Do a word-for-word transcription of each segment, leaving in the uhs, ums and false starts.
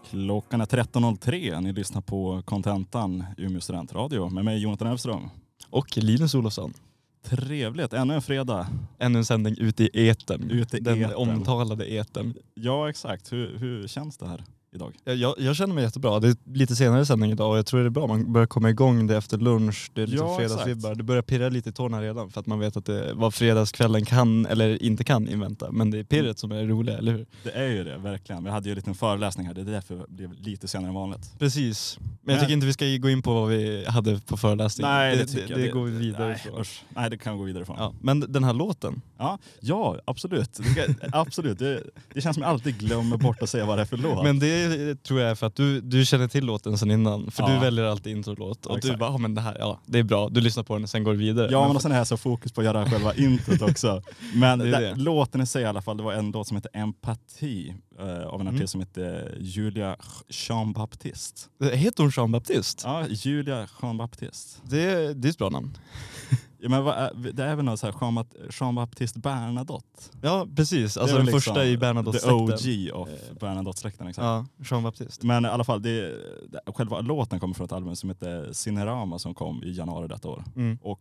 Klockan är tretton noll tre. Ni lyssnar på Kontentan Umeå studentradio med mig Jonathan Elfström. Och Linus Olofsson. Trevligt, ännu en fredag. Ännu en sändning ute i etern. Ute i Den etern. omtalade etern. Ja, exakt. Hur, hur känns det här idag? Jag, jag känner mig jättebra. Det är lite senare sändning idag och jag tror det är bra. Man börjar komma igång det efter lunch. Det är liksom Ja, fredagsvibbar. Det börjar pirra lite i tårna redan för att man vet att det vad fredagskvällen kan eller inte kan invänta. Men det är pirret som är det roliga, eller hur? Det är ju det, verkligen. Vi hade ju en liten föreläsning här. Det är därför det blev lite senare än vanligt. Precis. Men jag tycker inte vi ska gå in på vad vi hade på föreläsningen. Nej, det, det, tycker det, jag. det går vi vidare nej, ifrån. usch. Nej, det kan gå vidare ifrån. Ja, men den här låten. Ja, ja absolut. Det, absolut. Det, det känns som jag alltid glömmer bort att säga vad det är för låt. Men det tror jag är för att du, du känner till låten sedan innan. För ja. du väljer alltid introlåt. Och ja, du bara, ja men det här, ja, det är bra. Du lyssnar på den och sen går du vidare. Ja, men, men och sen är jag så fokus på att göra själva introt också. Men det det, låten i sig i alla fall, det var en låt som heter Empati eh, av en artist mm. som heter Julia Jean-Baptiste. Heter hon Jean-Baptiste? Ja, Julia Jean-Baptiste. Det, det är ett bra namn. Ja, men vad är, det är väl något så här Jean-Baptiste Bernadotte. Ja, precis. Alltså den liksom första i Bernadotte-släkten. The O G of Bernadotte-släkten, exakt. Ja, Jean-Baptiste. Men i alla fall, det, det, själva låten kommer från ett album som heter Cinerama som kom i januari detta år. Mm. Och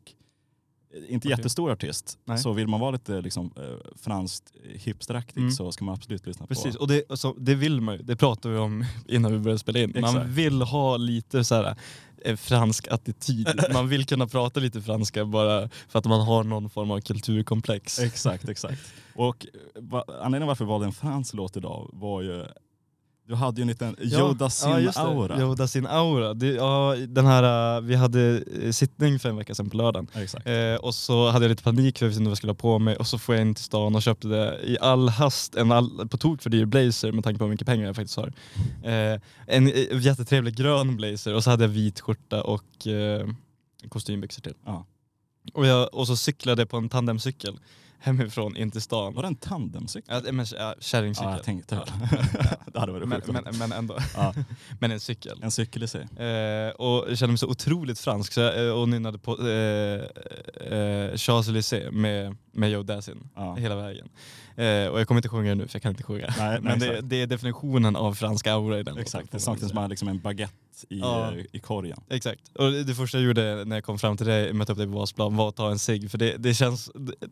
inte okay. jättestor artist. Nej. Så vill man vara lite liksom, eh, franskt hipsteraktig mm. så ska man absolut lyssna Precis. på. Precis, och det, alltså, det vill man ju. Det pratar vi om innan vi började spela in. Exakt. Man vill ha lite så här eh, fransk attityd. Man vill kunna prata lite franska bara för att man har någon form av kulturkomplex. Exakt, exakt. Och va, anledningen varför vi valde en fransk låt idag var ju du hade ju en liten Yoda sin ja, ja, aura. Yoda sin aura. Det, ja, den här, vi hade sittning för en vecka sedan på lördagen. Exakt. Eh, och så hade jag lite panik för att jag visste inte vad jag skulle ha på mig. Och så får jag in till stan och köpte det i all hast. En all, på tok för dyr blazer med tanke på hur mycket pengar jag faktiskt har. Eh, en jättetrevlig grön blazer. Och så hade jag vit skjorta och eh, kostymbyxor till. Ja. Och, jag, och så cyklade jag på en tandemcykel hemifrån in till stan. Var det en tandemcykel? Ja, men ja, kärringcykel. Ja, jag tänkte ja. Det hade varit men, sjukt. Men, men ändå. Ja. Men en cykel. En cykel i sig. Eh, och jag kände mig så otroligt fransk så jag, och nynnade på eh, eh, Champs-Élysées med, med Joe Dassin ja. hela vägen. Eh, och jag kommer inte sjunga nu för jag kan inte sjunga. Nej, men nej, det, det är definitionen av fransk aura i den. Exakt, det saknas man liksom en baguette i, ja. i korgen. Exakt. Och det, det första jag gjorde när jag kom fram till dig, mötte upp dig på Vasplan, var att ta en cigg. För det, det känns,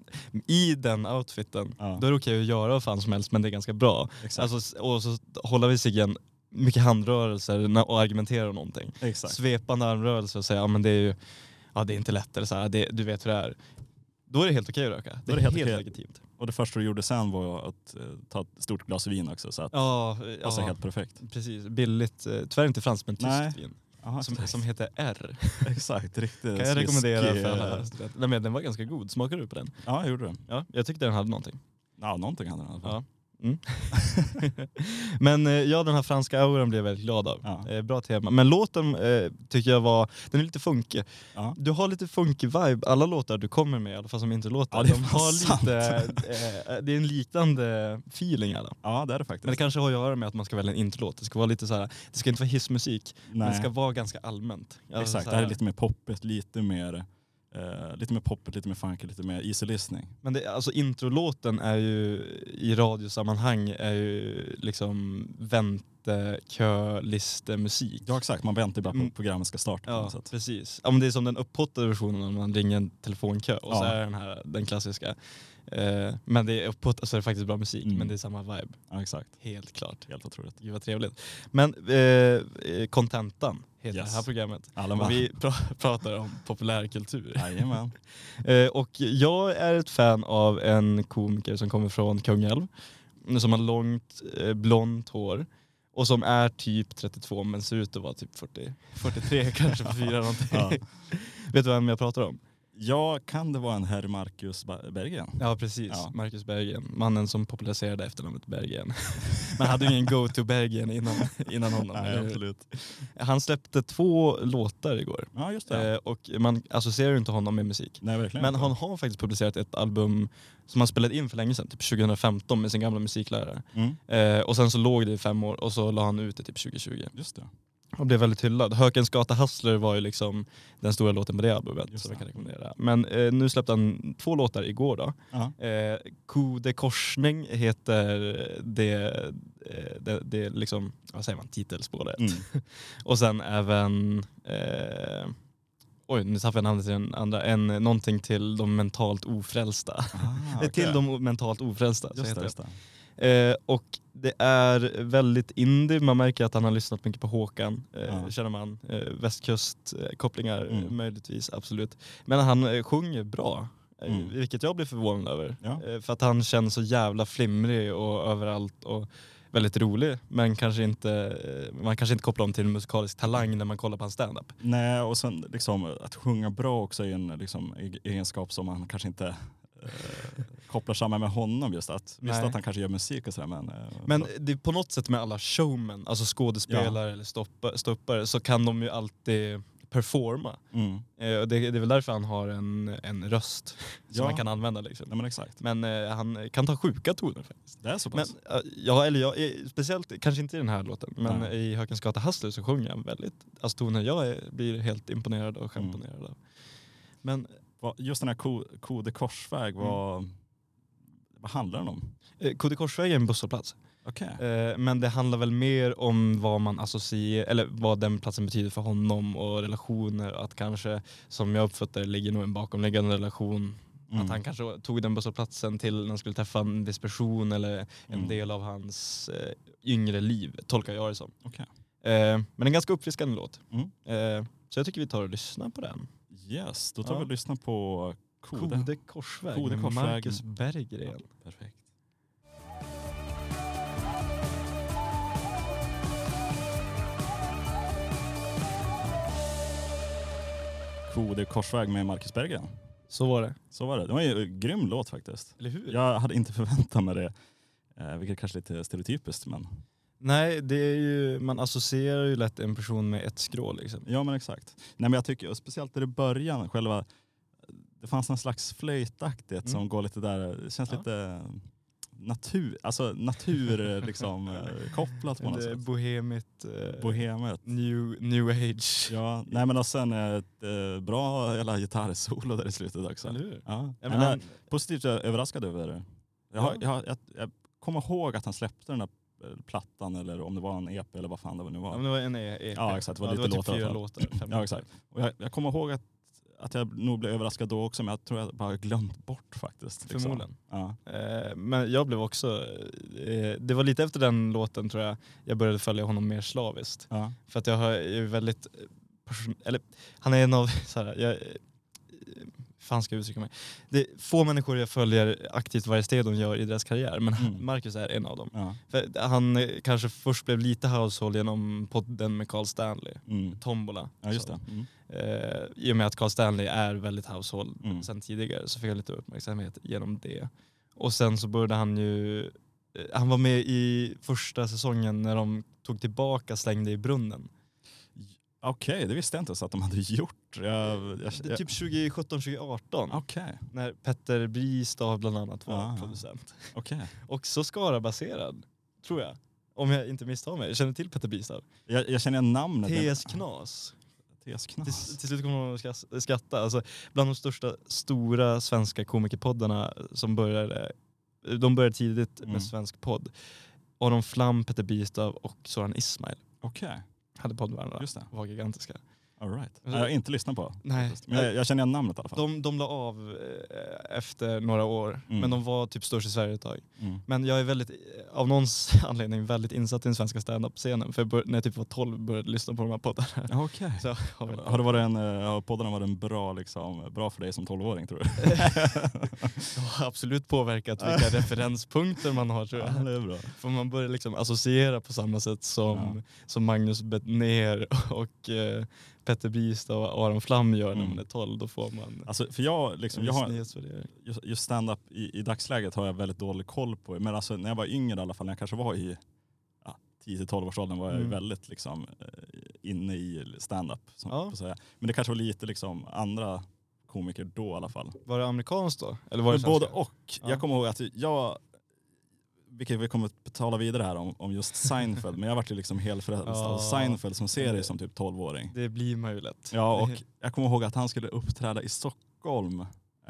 i den outfiten, ja. då är det okej att göra vad fan som helst, men det är ganska bra. Alltså, och så håller vi ciggen, mycket handrörelser och argumenterar om någonting. Exakt. Svepande armrörelser och säga, ja men det är ju, ja det är inte lätt eller så här, det, du vet hur det är. Då är det helt okej att röka. Det är, är det helt, helt legitimt. Och det första du gjorde sen var att uh, ta ett stort glas vin också. Så att ja, det passar ja, helt perfekt. Precis, billigt. Uh, tyvärr inte franskt men tyskt Nej. vin. Aha, som, som heter R. Exakt, riktigt. Kan jag rekommendera för alla. Nej, men den var ganska god. Smakade du på den? Ja, jag gjorde det. Ja, jag tyckte den hade någonting. Ja, någonting hade den i alla fall. Ja. Mm. Men ja, den här franska auran blev jag väldigt glad av. Ja. Eh, bra tema. Men låten eh, tycker jag var, den är lite funkig. Ja. Du har lite funkig vibe. Alla låtar du kommer med, i alla fall som inte låter. Ja, de har lite, eh, det är en liknande feeling alla. Ja, det är det faktiskt. Men det kanske har att göra med att man ska välja en introlåt. Det ska vara lite så här, det ska inte vara hissmusik. Nej. Men det ska vara ganska allmänt. Alltså, exakt, det här är lite mer poppigt, lite mer Uh, lite mer poppet, lite mer funky, lite mer easy listening. Men det, alltså introlåten är ju i radiosammanhang är ju liksom väntekö-listemusik. Ja exakt, man väntar bara på att programmet ska starta. Ja, precis. Ja, men det är som den upphottade versionen när man ringer en telefonkö och ja. så är den här den klassiska. Uh, men det är uppåt, så är det faktiskt bra musik, mm. men det är samma vibe. Ja exakt. Helt klart. Helt otroligt. Gud vad trevligt. Men kontentan uh, heter yes. det här programmet. Alla vi pr- pratar om populärkultur. Jajamän. uh, och jag är ett fan av en komiker som kommer från Kungälv. Som har långt uh, blont hår. Och som är typ trettiotvå men ser ut att vara typ fyrtio, fyrtiotre kanske på fyra någonting. Ja. Vet du vem jag pratar om? Ja, kan det vara en herr Marcus Berggren? Ja, precis. Ja. Marcus Berggren. Mannen som populariserade efternamnet Berggren. Man hade ju ingen go-to Berggren innan, innan honom. Nej, absolut. Han släppte två låtar igår. Ja, just det. Eh, och man associerar ju inte honom med musik. Nej, verkligen. Men han har faktiskt publicerat ett album som han spelade in för länge sedan, typ tjugohundrafemton med sin gamla musiklärare. Mm. Eh, och sen så låg det i fem år och så la han ut det typ tjugo tjugo. Just det. Och blev väldigt hyllad. Hökens gata Hustler var ju liksom den stora låten på det albumet. Just som det. jag kan rekommendera. Men eh, nu släppte han två låtar igår då. Ja. Eh, Kode korsning heter det, eh, det, det liksom, vad säger man, titelspåret. Mm. Och sen även, eh, oj nu tappade jag namnet till den andra, en, någonting till de mentalt ofrälsta. Ah, okay. Till okay. de mentalt ofrälsta. Just så det, heter just det. Eh, och det är väldigt indie. Man märker att han har lyssnat mycket på Håkan. Eh, Ja. Känner man. Eh, västkustkopplingar eh, Mm. möjligtvis, absolut. Men han eh, sjunger bra. Eh, Mm. Vilket jag blir förvånad över. Ja. Eh, för att han känns så jävla flimrig och överallt. Och väldigt rolig. Men kanske inte, eh, man kanske inte kopplar om till en musikalisk talang när man kollar på hans stand-up. Nej, och sen liksom, att sjunga bra också är en liksom, egenskap som man kanske inte eh, kopplar samman med honom just att. Visst Nej. att han kanske gör musik och sådär, men... Eh, Men det är på något sätt med alla showmen, alltså skådespelare eller stoppa, stoppare, så kan de ju alltid performa. Mm. Eh, och det, det är väl därför han har en, en röst som Ja. man kan använda. Liksom. Nej, men exakt. Men eh, han kan ta sjuka toner faktiskt. Det är så Men, pass. eh, ja, eller jag, eh, speciellt, kanske inte i den här låten, men Nej. i Hökens gata Hustler så sjunger han väldigt, alltså toner jag är, blir helt imponerad och Mm. imponerad av. Men Vad- Just den här ko, Kode korsväg, vad, Mm. vad handlar den om? eh, Kode korsväg är en busshållplats. Okej. Eh, men det handlar väl mer om vad man associerar, eller vad den platsen betyder för honom och relationer. Att kanske, som jag uppfattar det, ligger nog en bakomliggande relation. Mm. Att han kanske tog den busshållplatsen till när han skulle träffa en viss person eller en Mm. del av hans eh, yngre liv, tolkar jag det som. Okej. Eh, men en ganska uppfriskande låt. Mm. Eh, så jag tycker vi tar och lyssnar på den. Yes, då tar Ja. vi och lyssnar på Kode. Kode korsväg Kode med korsväg. Marcus Berggren. Perfekt. Kode korsväg med Marcus Berggren. Så var det. Så var det. Det var ju en grym låt faktiskt. Eller hur? Jag hade inte förväntat mig det. Eh, vilket kanske är lite stereotypiskt, men... Nej, det är ju, man associerar ju lätt en person med ett skrå liksom. Ja, men exakt. Nej, men jag tycker, och speciellt i början, själva... Det fanns en slags flöjtaktigt Mm. som går lite där... Det känns Ja. lite... Natur, alltså natur liksom eh, kopplat på något Det är sätt. bohemigt, eh, Bohemet. new, new age. Ja, nej men och sen ett eh, bra jävla gitarrsolo där i slutet också. Eller hur? Ja. Ja, Nej, men men han, jag är positivt överraskad över det. Jag, har, Ja. jag, har- jag, jag kommer ihåg att han släppte den där eh, plattan, eller om det var en E P eller vad fan det nu var. ja, men det var en E P. Ja, exakt. Det var Ja, lite typ låtar i fyra alla fall. låtar. Fem Ja, exakt. Och jag, jag kommer ihåg att, att jag nog blev överraskad då också, men jag tror jag bara glömt bort faktiskt. liksom. Förmodligen. Ja. Eh, men jag blev också, eh, det var lite efter den låten tror jag, jag började följa honom mer slaviskt. Ja. För att jag har ju väldigt, eh, person- eller han är en av, så här, jag, eh, fan ska jag uttrycka mig. Det är få människor jag följer aktivt varje steg de gör i deras karriär, men Mm. Marcus är en av dem. Ja. För han eh, kanske först blev lite household genom podden med Carl Stanley, Mm. Tombola. Ja, just Så, det. Mm. eh, I och med att Carl Stanley är väldigt household Mm. sen tidigare så fick jag lite uppmärksamhet genom det. Och sen så började han ju, eh, han var med i första säsongen när de tog tillbaka Slängde i brunnen. Okej, det visste jag inte så att de hade gjort. Jag, jag, Det är jag, typ tjugo sjutton tjugo arton. Okej, När Petter Bristav bland annat var Ah. producent. okej. Också Skara-baserad, tror jag. Om jag inte misstar mig. Jag känner till Petter Bristav. Jag, jag känner igen namnet. T S Knas. T S Till, Knas. till slut kommer de att ska- skratta. Alltså, bland de största stora svenska komikerpoddarna som började, de började tidigt Mm. med svensk podd. Aron Flam, Petter Bristav och Soran Ismail Okej, hade podd med varandra. just det. Var gigantiska. All right. Jag har inte lyssnat på. Nej. faktiskt. Men jag, jag känner igen namnet i alla fall. De, de la av eh, efter några år, Mm. men de var typ störst i Sverige ett tag. Mm. Men jag är väldigt, av någons anledning väldigt insatt i den svenska stand-up-scenen. För jag bör, när jag typ var tolv började jag lyssna på de här poddarna. Ja, okej. Så jag har väl, Har det varit en, eh, har poddarna varit en bra, liksom, bra för dig som tolvåring, tror du? det har absolut påverkat vilka referenspunkter man har, tror Ja, jag. det är bra. För man börjar liksom associera på samma sätt som, Ja. som Magnus Bettner och eh, Petter Bristav och Aron Flam gör när Mm. man är tolv. Då får man Alltså, för jag, liksom, en jag viss har, nyhetsvärdering. just, just stand-up i, i dagsläget har jag väldigt dålig koll på. Men alltså, när jag var yngre i alla fall, när jag kanske var i ja, tio till tolv års åldern var jag Mm. ju väldigt liksom, eh, inne i stand-up. Som Ja. man får säga. Men det kanske var lite liksom, andra komiker då i alla fall. Var det amerikanskt då? Eller var det Men både svenska? och. Ja. Jag kommer ihåg att jag vilket vi kommer att tala vidare här om, om just Seinfeld. Men jag varit ju liksom helt frälst av Seinfeld som serie som typ tolvåring. Det blir man ju lätt. Ja, och jag kommer ihåg att han skulle uppträda i Stockholm.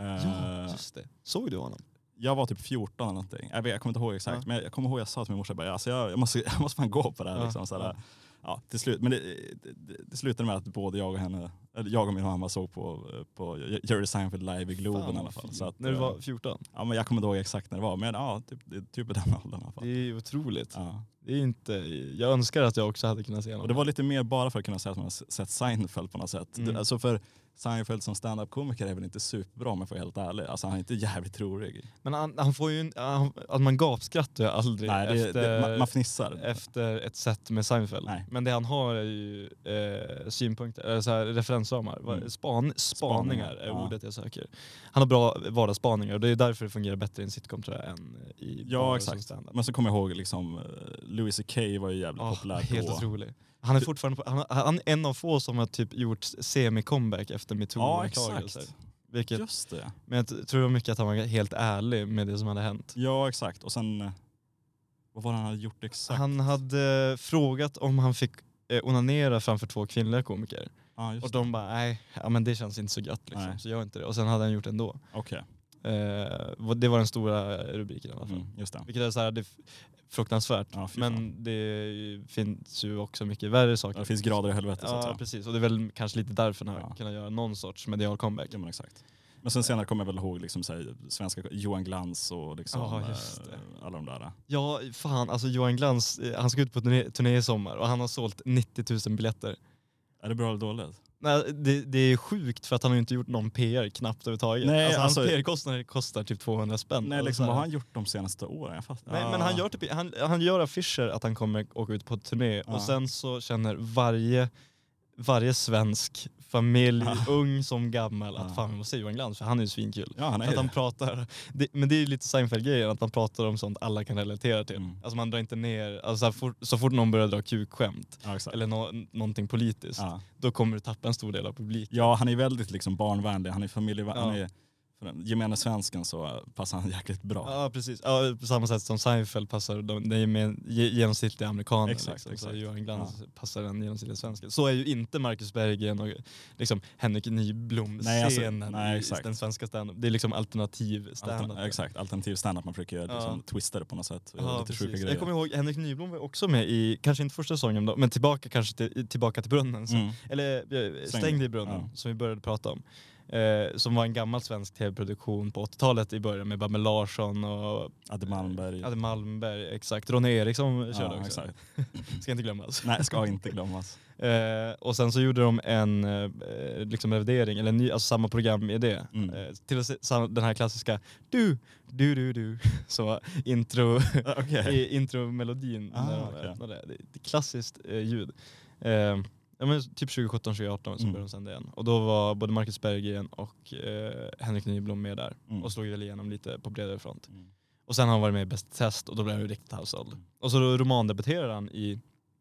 Ja, just det. Såg du honom? Jag var typ fjorton eller någonting. Jag, vet, jag kommer inte ihåg exakt. Ja. Men jag kommer ihåg att jag sa till min morsa, alltså jag, jag, måste, jag måste fan gå på det här. Ja, liksom, sådär. Ja. Ja, till slut. Men det, det, det slutade med att både jag och henne, eller jag och min mamma såg på, på Jerry Seinfeld live i Globen fan, i alla fall. Så att, när du var fjorton? Ja, men jag kommer inte ihåg exakt när det var. Men ja, typ, typ i den åldern i alla fall. Det är otroligt. Ja. Det är inte, jag önskar att jag också hade kunnat se honom. Och det var lite mer bara för att kunna säga att man har sett Seinfeld på något sätt. Mm. Alltså för Seinfeld som stand-up-komiker är väl inte superbra om jag får helt ärlig. Alltså han är inte jävligt trolig. Men han, han får ju han, att man gapskrattar aldrig. Nej, det, efter, det, man, man fnissar. Efter ett sätt med Seinfeld. Nej. Men det han har är ju eh, synpunkter, eller så här, referensramar. Mm. Span, spaningar är ja. ordet jag söker. Han har bra vardagsspaningar och det är därför det fungerar bättre i en sitcom tror jag än i ja, exakt. Men så kommer jag ihåg liksom Louis C K var ju jävligt oh, populär då. Helt otrolig. Han är fortfarande han, han är en av få som har typ gjort semi-comeback efter MeToo-anklagelser. Ja, vilket, just det. Men jag tror det var mycket att han var helt ärlig med det som hade hänt. Ja, exakt. Och sen, vad var det han hade gjort exakt? Han hade frågat om han fick eh, onanera framför två kvinnliga komiker. Ah, just och de bara, nej, ja, men det känns inte så gött liksom, så gör inte det. Och sen hade han gjort det ändå. Okej. Okay. Eh, det var den stora rubriken i alla fall. Mm, just det. Vilket är så här, det fruktansvärt. Ja, men det finns ju också mycket värre saker. Det finns grader i helvetet ja, så att säga. Precis. Och det är väl kanske lite därför han ja. kan göra någon sorts medial comeback. Ja, men exakt. Men sen senare kommer jag väl ihåg liksom, så här, svenska Johan Glans och liksom, ja, just det. Äh, alla de där. Ja, fan. Alltså Johan Glans, han ska ut på turné, turné i sommar och han har sålt nittio tusen biljetter. Är det bra eller dåligt? Nej, det, det är sjukt för att han har ju inte gjort någon P R knappt överhuvudtaget. Nej, alltså, alltså, hans P R-kostnader kostar typ tvåhundra spänn. Nej, liksom, vad har han gjort de senaste åren? Jag fattar. Nej, ah. men han gör, typ, han, han gör affischer att han kommer åka ut på turné ah. och sen så känner varje, varje svensk familj, ah. ung som gammal, att ah. fan vi måste se Johan Glans för han är ju svinkul. Ja, han är att han pratar, det, men det är lite Seinfeld-grejen att man pratar om sånt alla kan relatera till. Mm. Alltså man drar inte ner, alltså så, fort, så fort någon börjar dra kukskämt ja, eller no, någonting politiskt, ja. då kommer du tappa en stor del av publiken. Ja, han är väldigt liksom barnvänlig, han är familjevänlig, ja. han är för den gemene svensken så passar han jäkligt bra. Ja, precis. Ja, på samma sätt som Seinfeld passar de, den gemen, genomsnittliga amerikanen. Exakt, liksom. exakt. Så Johan Glans ja. passar den genomsnittliga svensken. Så är ju inte Marcus Berggren och liksom Henrik Nyblom-scenen alltså, i den svenska stand-up. Det är liksom alternativ stand-up. Altern- exakt, alternativ stand-up. Man försöker ja. liksom, twista det på något sätt. Ja, lite sjuka grejer. Jag kommer ihåg Henrik Nyblom var också med i, kanske inte första säsongen då, men tillbaka kanske till, tillbaka till brunnen. Så. Mm. Eller Stängd i brunnen, ja. som vi började prata om. Eh, som var en gammal svensk tv-produktion på åttiotalet i början med Babben Larsson och Adde Malmberg. Adde Malmberg, exakt. Ronny Eriksson ja, körde också. Exakt. Ska inte glömmas. Nej, ska inte glömmas. eh, och sen så gjorde de en eh, liksom revidering, eller en ny, alltså samma programidé. Mm. Eh, till den här klassiska du, du, du, du. Så intro, okay. intro-melodin. Ah, när okay. de det, det är klassiskt eh, ljud. Eh, Ja, men typ tjugo sjutton tjugo arton så mm. började de sända igen. Och då var både Marcus Berggren och eh, Henrik Nyblom med där. Mm. Och slog väl igenom lite på bredare front. Mm. Och sen har han varit med i Bäst test och då blev han riktigt household. Mm. Och så då romandebuterade han i,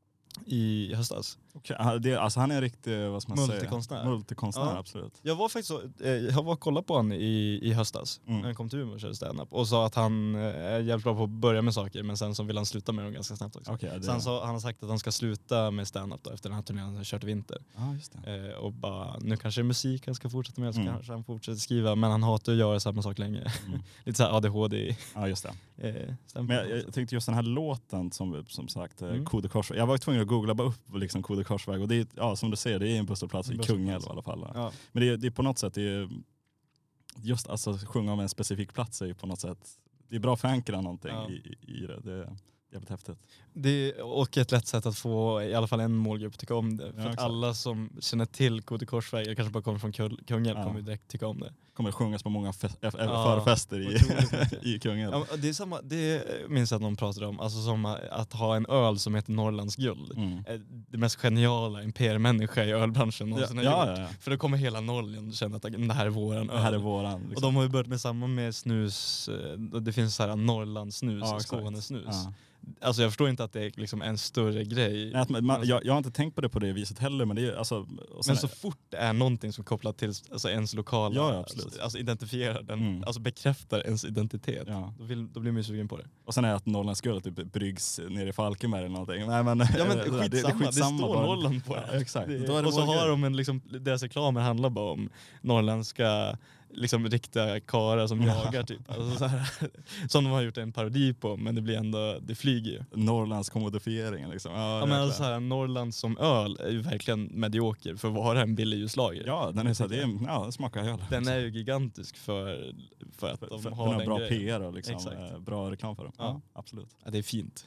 i höstas. Okay. Det, alltså han är en riktig, vad ska man Multikonstnär. säga? Multikonstnär, ja. absolut. Jag var faktiskt så, eh, jag var och kollade på han i, i höstas mm. när han kom till Umeå och körde stand-up. Och sa att han är jävligt bra på att börja med saker men sen så vill han sluta med dem ganska snabbt också. Okay, det... Sen så han har sagt att han ska sluta med stand-up då, efter den här turnén han har kört i vinter. Ah, just det. Eh, och bara, nu kanske det är musik han ska fortsätta med, så mm. kanske han fortsätter skriva, men han hatar att göra samma sak länge. Mm. Lite så här A D H D. Ja, just det. Eh, men jag, jag tänkte just den här låten som, som sagt, mm. Kode Korsväg. Jag var tvungen att googla bara upp liksom Kode Korsväg och det är, ja, som du ser, det är en busshållplats i Kungälv i alla fall. Ja. Men det är, det är på något sätt, det är, just alltså sjunga om en specifik plats är ju på något sätt, det är bra förankra någonting ja. i, i det. Det är jävligt häftigt. Det är, och ett lätt sätt att få i alla fall en målgrupp att tycka om det. För ja, att alla som känner till Kode Korsväg, eller kanske bara kommer från Kungälv, ja. kommer direkt tycka om det. Kommer att sjungas på många fe- ja, förfester i, i Kungälv. Ja, det är samma, det minns jag att någon pratade om, alltså som att ha en öl som heter Norrlands guld. Mm. Det mest geniala en P R-människa i ölbranschen någonsin ja, har ja, gjort. ja. För då kommer hela Norrland känna att det här är våran öl. Det här är våran. Liksom. Och de har ju börjat med samma med snus, det finns så här Norrlands snus, ja, Skåne snus. Ja. alltså jag förstår inte att det är liksom en större grej. Nej, att man, man, jag, jag har inte tänkt på det på det viset heller, men det är alltså... Men så fort det är någonting som kopplat till alltså ens lokala, ja, absolut. alltså identifierar den, mm. alltså bekräftar ens identitet, ja. då, vill, då blir man ju sugen på det. Och sen är det att Norrlands guld typ bryggs nere i Falkenberg eller någonting. Nej, men, ja men skitsamma, det, det, skitsamma, det står bara. Norrland på det. Ja, exakt. Det, då är det och så har grej. de en, liksom, deras reklamer handlar bara om norrländska liksom riktiga karar som ja. jagar typ. Alltså, så här, som de har gjort en parodi på, men det blir ändå, det flyger ju. Norrlands kommodifieringen liksom. Ja, ja men alltså så här, Norrland som öl är ju verkligen medioker för att vara en billig ljuslager. Ja, den är så det är, ja, den smakar öl. Den är ju gigantisk för, för att för, de för, har för den bra grejen. P R och liksom, eh, bra reklam för dem. Ja, ja absolut. Ja, det är fint.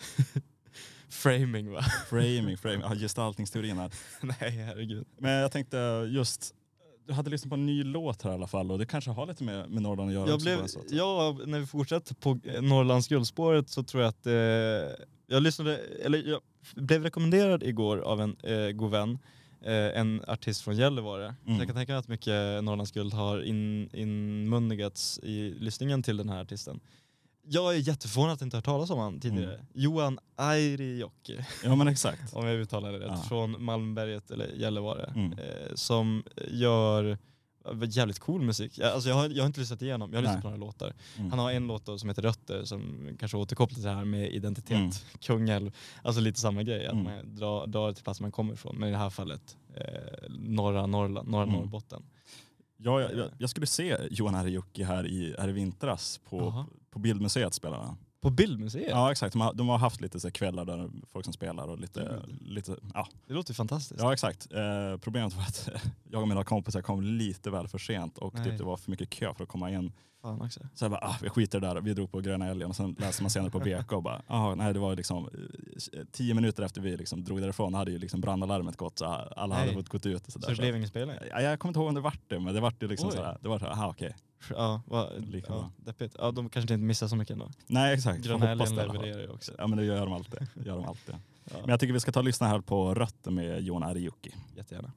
Framing va? Framing, framing. Ja, gestaltningsteorin här. Nej, herregud. Men jag tänkte just, du hade lyssnat på en ny låt här i alla fall och det kanske har lite med, med Norrland att göra jag också. Blev, ja, när vi fortsätter på Norrlands guldspåret så tror jag att eh, jag lyssnade, eller jag blev rekommenderad igår av en eh, god vän, eh, en artist från Gällivare. Mm. Så jag kan tänka mig att mycket Norrlands guld har in, inmundigats i lyssningen till den här artisten. Jag är jätteförvånad att jag inte har hört talas om han tidigare. Mm. Johan Airijoki. Ja men exakt. Om jag uttalar det rätt. Ja. Från Malmberget eller Gällivare. Mm. Eh, som gör jävligt cool musik. Jag, alltså jag, har, jag har inte lyssnat igenom. Jag har lyssnat på några låtar. Mm. Han har en låt då som heter Rötter som kanske återkopplar till det här med identitet. Mm. Kungälv. Alltså lite samma grej. Att mm. man drar, drar till plats man kommer ifrån. Men i det här fallet eh, norra Norrland, norra mm. Norrbotten. Ja, jag, jag skulle se Johan Airijoki här i, här i vintras på, på Bildmuseet spelarna. På Bildmuseet? Ja, exakt. De har, de har haft lite så här kvällar där folk som spelar och lite, mm. lite ja. Det låter fantastiskt. Ja, exakt. Eh, problemet var att jag och mina kompisar kom lite väl för sent och typ det var för mycket kö för att komma in. Fan också. Så jag bara, ah, vi skiter där. Vi drog på Gröna Älgen och sen läste man senare på B K och bara, ah, nej det var liksom tio minuter efter vi liksom drog därifrån hade ju liksom brandalarmet gått så alla nej. hade fått gått ut och så där. Så det blev ingen spelning? Ja, jag kommer inte ihåg om det vart det, men det vart ju liksom så här, det var så här, aha okej. Okay. Ja, va, ja, deppigt. Ja, de kanske inte missar så mycket ändå. Nej, exakt. Gröna Älgen levererar ju också. Ja, men det gör de alltid. Det gör de alltid. Ja. Men jag tycker vi ska ta och lyssna här på Rötter med Johan Airijoki. Jättegärna.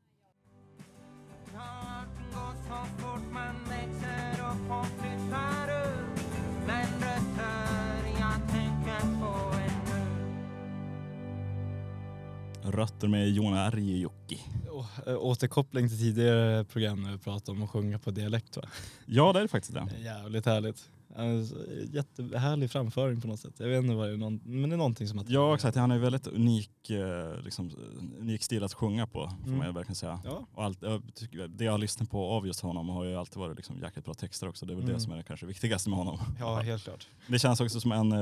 Rötter med Johan Airijoki. Å, återkoppling till tidigare program när vi pratade om att sjunga på dialekt va? Ja, det är faktiskt det. Jävligt härligt. Alltså, jättehärlig framföring på något sätt. Jag vet inte vad det är, någon, men det är någonting som att... Ja, exakt. Han är väldigt unik, liksom, unik stil att sjunga på, får mm. man verkligen säga. Ja. Och allt, det jag har lyssnat på av just honom har ju alltid varit liksom jäkligt bra texter också. Det är väl mm. det som är det kanske viktigaste med honom. Ja, helt klart. Det känns också som en,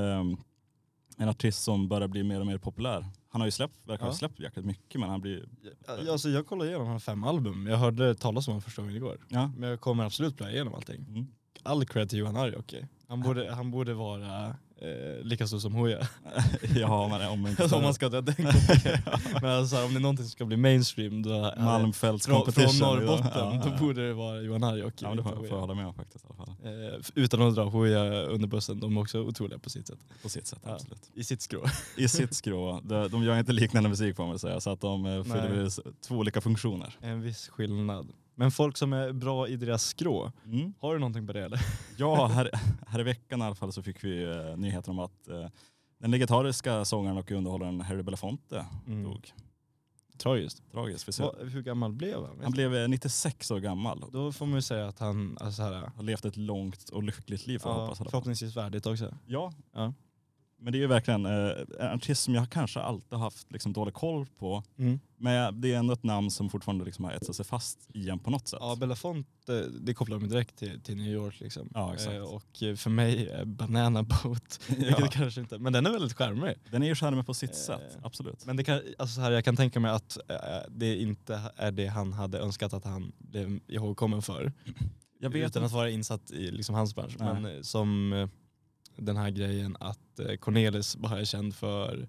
en artist som börjar bli mer och mer populär. Han har ju släppt, verkar ha ja. släppt jäkligt mycket, men han blir... Ja, alltså jag kollade igenom hans fem album. Jag hörde talas om honom första gången igår. Ja. Men jag kommer absolut plöja igenom allting. Mm. All cred till Johan Airijoki. Han borde, han borde vara eh, lika stor som Hooja. Ja, men om, inte om man ska dra den kopplingen. Men alltså, om det är någonting som ska bli mainstream då Malmfälts från, competition från Norrbotten ja, ja. då borde det vara Johan Airijoki. Ja, det får jag hålla med om faktiskt i alla fall. Eh, utan att dra Hooja under bussen, de är också otroliga på sitt sätt. På sitt sätt, ja, absolut. I sitt skrå. I sitt skrå. De, de gör inte liknande musik på mig säga, så att de eh, fyller två olika funktioner. En viss skillnad. Men folk som är bra i deras skrå, mm. har du någonting på det eller? Ja, här, här i veckan i alla fall så fick vi uh, nyheter om att uh, den legendariska sångaren och underhållaren Harry Belafonte mm. dog. Tragiskt. Tragiskt. Va, hur gammal blev han? Han blev uh, nittiosex år gammal. Då får man ju säga att han alltså här, har levt ett långt och lyckligt liv för ja, hoppas. Förhoppningsvis värdigt också. Ja. ja. Men det är ju verkligen eh, en artist som jag kanske alltid haft liksom, dålig koll på. Mm. Men det är ändå ett namn som fortfarande liksom, har etsat sig fast igen på något sätt. Ja, Belafonte, det kopplar mig direkt till, till New York. Liksom. Ja, exakt. Eh, och för mig är Banana Boat, ja. kanske inte, men den är väldigt charmig. Den är ju charmig på sitt eh, sätt, absolut. Men det kan, alltså så här, jag kan tänka mig att eh, det inte är det han hade önskat att han blev ihågkommen för. Jag vet utan inte. Att vara insatt i liksom, hans bransch. Nej. Men som... den här grejen att Cornelis bara är känd för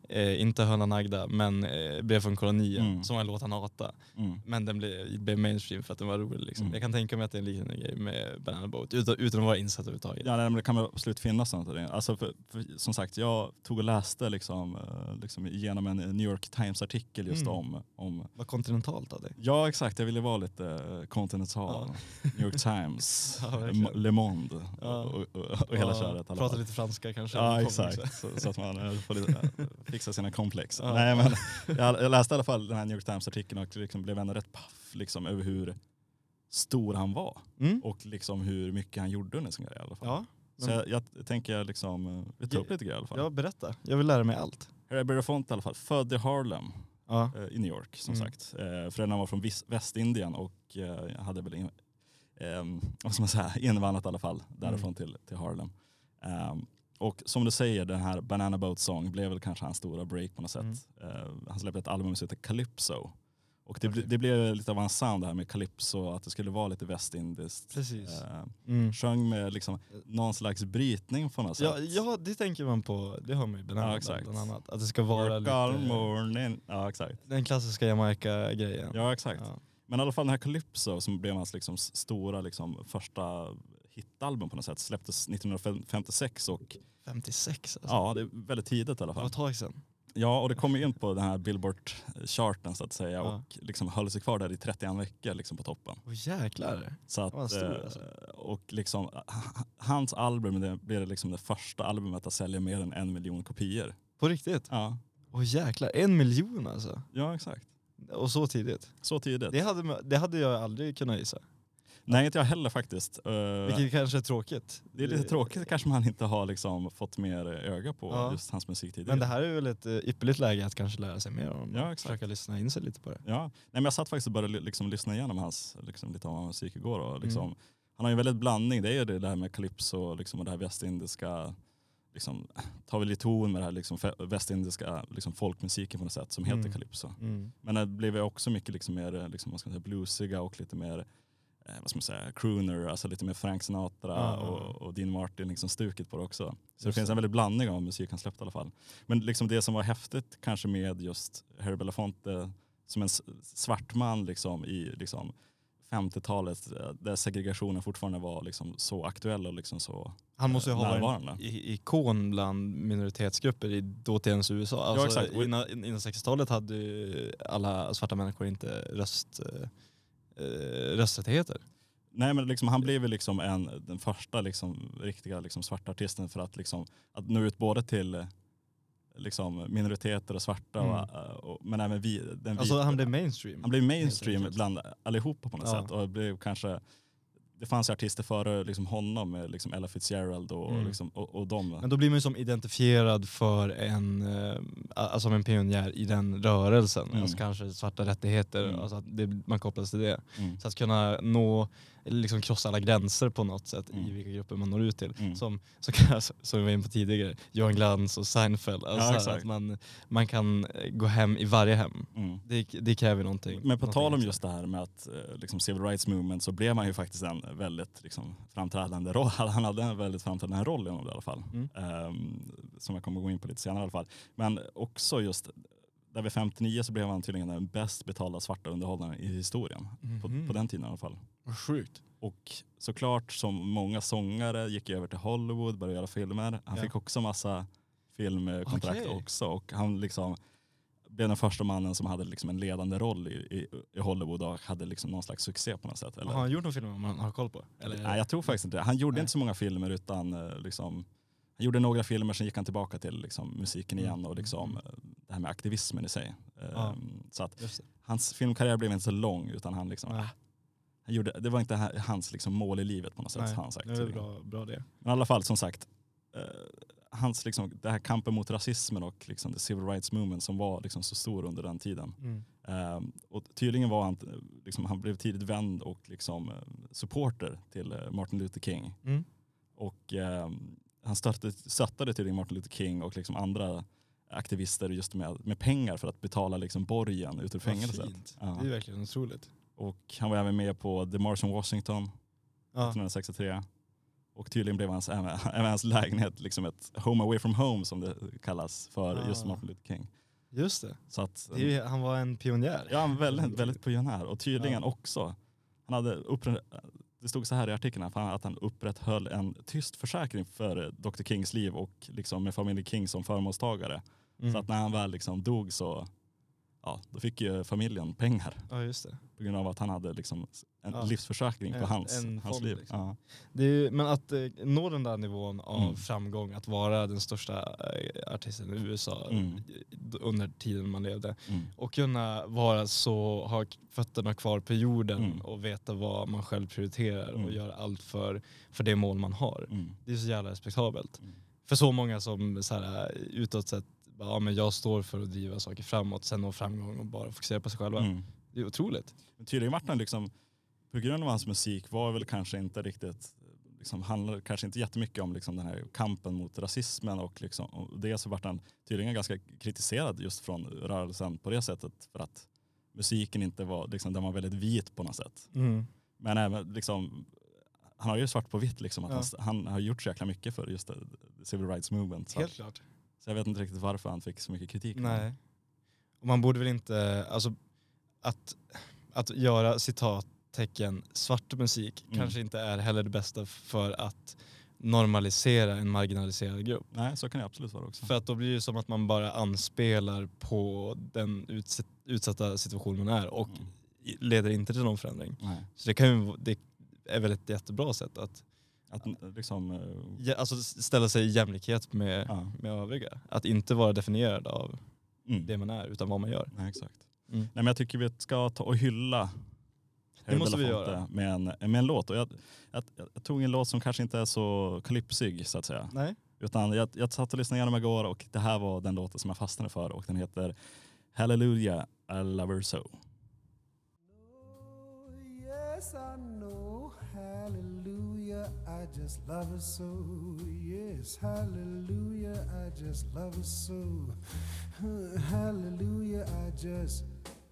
Eh, inte Hönan Agda, men eh, Brev från kolonien, mm. som var en låt han hatade. Mm. Men den blev, blev mainstream för att den var rolig. Liksom. Mm. Jag kan tänka mig att det är en liknande grej med Banana Boat, utan, utan att vara insatt överhuvudtaget. Ja, nej, men det kan väl absolut finnas något. Alltså för, för, som sagt, jag tog och läste liksom, liksom genom en New York Times-artikel just mm. om, om... Vad kontinentalt av det. Ja, exakt. Jag ville vara lite kontinental. Ja. New York Times, ja, Le Monde ja. och, och, och, och hela ja. köret. Prata lite franska kanske. Ja, exakt. Så, så att man får lite, fixa sina komplex. Ja. Nej, men jag, jag läste i alla fall den här New York Times-artikeln och liksom blev ändå rätt paff liksom, över hur stor han var. Mm. Och liksom hur mycket han gjorde under sin grej i alla fall. Ja, men... Så jag, jag tänker liksom, vi tar upp lite grejer i alla fall. Ja, berätta. Jag vill lära mig allt. Harry Belafonte i alla fall, född i Harlem ja. eh, i New York som mm. sagt. Eh, föräldrarna var från Västindien och eh, hade väl in, eh, vad ska man säga, invandrat i alla fall därifrån mm. till, till Harlem. Eh, och som du säger, den här Banana Boat Song blev väl kanske hans stora break på något sätt. Mm. Eh, han släppte ett album som heter Calypso. Och det, okay. det blev lite av en sound det här med Calypso, att det skulle vara lite västindiskt. Precis. Eh, mm. Sjöng med liksom någon slags brytning på något ja, sätt. Ja, det tänker man på. Det har man ju bland, ja, bland annat. Att det ska vara Work lite... all morning. Ja, exakt. Den klassiska Jamaica-grejen. Ja, exakt. Ja. Men i alla fall den här Calypso som blev hans liksom stora liksom, första hitalbum på något sätt släpptes nittonhundrafemtiosex. Och, femtiosex alltså. Ja, det är väldigt tidigt i alla fall. Det var ett tag sedan. Ja, och det kom in på den här Billboard-charten så att säga ja. och liksom höll sig kvar där i trettioen veckor liksom på toppen. Åh jäklar. Så att, det var stor, alltså. Och liksom, hans album det blev liksom det första albumet att sälja mer än en miljon kopior. På riktigt? Ja. Åh jäklar, en miljon alltså? Ja, exakt. Och så tidigt? Så tidigt. Det hade, det hade jag aldrig kunnat gissa. Nej, inte jag heller faktiskt. Vilket kanske är tråkigt. Det är lite tråkigt, kanske man inte har liksom fått mer öga på ja. just hans musik tidigare. Men det här är väl ett ypperligt läge att kanske lära sig mer om. Ja, exakt. Försöka lyssna in sig lite på det. Ja, nej, men jag satt faktiskt och började liksom lyssna igenom hans liksom, lite av hans musik igår. Och, liksom, mm. Han har ju väldigt blandning, det är ju det där med Calypso liksom, och det här västindiska, liksom, tar väl i ton med det här liksom, västindiska liksom, folkmusiken på något sätt som heter mm. Calypso. Mm. Men det blev också mycket liksom, mer liksom, vad ska man säga, bluesiga och lite mer Eh, vad ska man säga, crooner, alltså lite mer Frank Sinatra ah, och, och Dean Martin liksom stuket på det också. Så just det finns en väldigt blandning av musik han släppt i alla fall. Men liksom det som var häftigt kanske med just Harry Belafonte som en svart man liksom i liksom femtiotalet där segregationen fortfarande var liksom så aktuell och liksom så han måste ju ha varit en ikon bland minoritetsgrupper i dåtidens U S A. Alltså, ja, exakt. Innan, innan sextiotalet hade alla svarta människor inte röst rösträttigheter. Nej, men liksom, han blev ju liksom en, den första liksom, riktiga liksom, svarta artisten för att, liksom, att nå ut både till liksom, minoriteter och svarta mm. och, och, men även vi. Den alltså vita, han blev mainstream. Han blev mainstream bland allihopa på något ja. sätt och blev kanske det fanns ju artister före liksom honom, liksom Ella Fitzgerald och, mm. liksom, och, och dem. Men då blir man ju som identifierad för en, alltså en pionjär i den rörelsen. Mm. Alltså kanske svarta rättigheter, mm. alltså att det, man kopplas till det. Mm. Så att kunna nå, liksom krossa alla gränser på något sätt mm. i vilka grupper man når ut till. Mm. Som, så kan, som vi var inne på tidigare, Johan Glans och Seinfeld. Alltså ja, att man, man kan gå hem i varje hem. Mm. Det, det kräver någonting. Men på någonting tal om just det här med att liksom, Civil Rights Movement så blev man ju faktiskt en väldigt liksom, framträdande roll. Han hade en väldigt framträdande roll inom det i alla fall. Mm. Um, som jag kommer gå in på lite senare i alla fall. Men också just där vid femtionio så blev han tydligen den bäst betalda svarta underhållaren i historien. Mm. På, på den tiden i alla fall. Vad sjukt. Och såklart som många sångare gick över till Hollywood, började göra filmer. Han ja. fick också massa filmkontrakt okay. också. Och han liksom blev den första mannen som hade liksom en ledande roll i, i, i Hollywood och hade liksom någon slags succé på något sätt. Eller? Har han gjort någon film man har koll på? Eller? Nej, jag tror faktiskt inte det. Han gjorde Nej. inte så många filmer utan liksom, han gjorde några filmer, sen gick han tillbaka till liksom, musiken igen mm. och liksom, det här med aktivismen i sig. Ja. Um, så att hans filmkarriär blev inte så lång utan han liksom, ah, han gjorde, det var inte hans liksom, mål i livet på något sätt. Nej, han sagt, det är bra, bra det. Men i alla fall som sagt, uh, hans liksom, det här kampen mot rasismen och liksom, the civil rights movement som var liksom, så stor under den tiden. Mm. Um, och tydligen var han, liksom, han blev tidigt vänd och liksom, supporter till uh, Martin Luther King. Mm. Och um, han stöttade, stöttade tydligen Martin Luther King och liksom andra aktivister just med, med pengar för att betala liksom, borgen ut ur fängelset. Ja. Det är verkligen otroligt. Och han var även med på The March on Washington ja. nittonhundrasextiotre. Och tydligen blev hans, även, även hans lägenhet liksom ett home away from home som det kallas för ah. just Martin Luther King. Just det. Så att, det är, han var en pionjär. Ja, en väldigt, väldigt pionjär. Och tydligen ja. också, han hade upprätt, det stod så här i artikeln att han upprätthöll en tyst försäkring för doktor Kings liv och liksom med familjen King som förmånstagare. Mm. Så att när han väl liksom dog så ja, då fick ju familjen pengar. Ja, just det. På grund av att han hade liksom en ja. livsförsäkring på en, hans, en hans liv. Liksom. Ja. Det är, men att eh, nå den där nivån av mm. framgång, att vara den största eh, artisten i U S A mm. under tiden man levde. Mm. Och kunna vara så, ha fötterna kvar på jorden mm. och veta vad man själv prioriterar mm. och göra allt för, för det mål man har. Mm. Det är så jävla respektabelt. Mm. För så många som så här, utåt sett ja, men jag står för att driva saker framåt, sen nå framgång och bara fokusera på sig själva. Mm. Det är otroligt. Men tydligen Martin liksom, på grund av hans musik var väl kanske inte riktigt, liksom, handlar kanske inte jättemycket om liksom, den här kampen mot rasismen och, liksom, och det så vart han tydligen ganska kritiserad just från rörelsen på det sättet för att musiken inte var, liksom, den var väldigt vit på något sätt. Mm. Men även liksom, han har ju svart på vitt liksom, att ja. han, han har gjort så jäkla mycket för just det, the Civil Rights Movement. Så. Helt klart. Så jag vet inte riktigt varför han fick så mycket kritik. Nej. Och man borde väl inte, alltså att, att göra citattecken svart musik mm. kanske inte är heller det bästa för att normalisera en marginaliserad grupp. Nej, så kan det absolut vara också. För att då blir det som att man bara anspelar på den utsatt, utsatta situationen man är och mm. leder inte till någon förändring. Nej. Så det, kan ju, det är väl ett jättebra sätt att Att liksom, ja, alltså ställa sig i jämlikhet med, ja. med övriga. Att inte vara definierad av mm. det man är utan vad man gör. Nej, exakt. Mm. Nej, men jag tycker vi ska ta och hylla det måste vi göra. Med en, med en låt. Och jag, jag, jag tog en låt som kanske inte är så kalypsig så att säga. Nej. Utan jag, jag satt och lyssnade igenom igår och det här var den låten som jag fastnade för och den heter Hallelujah, I Love Her So. Yes, I know, hallelujah, I just love her so. Yes, hallelujah, I just love her so. Hallelujah, I just...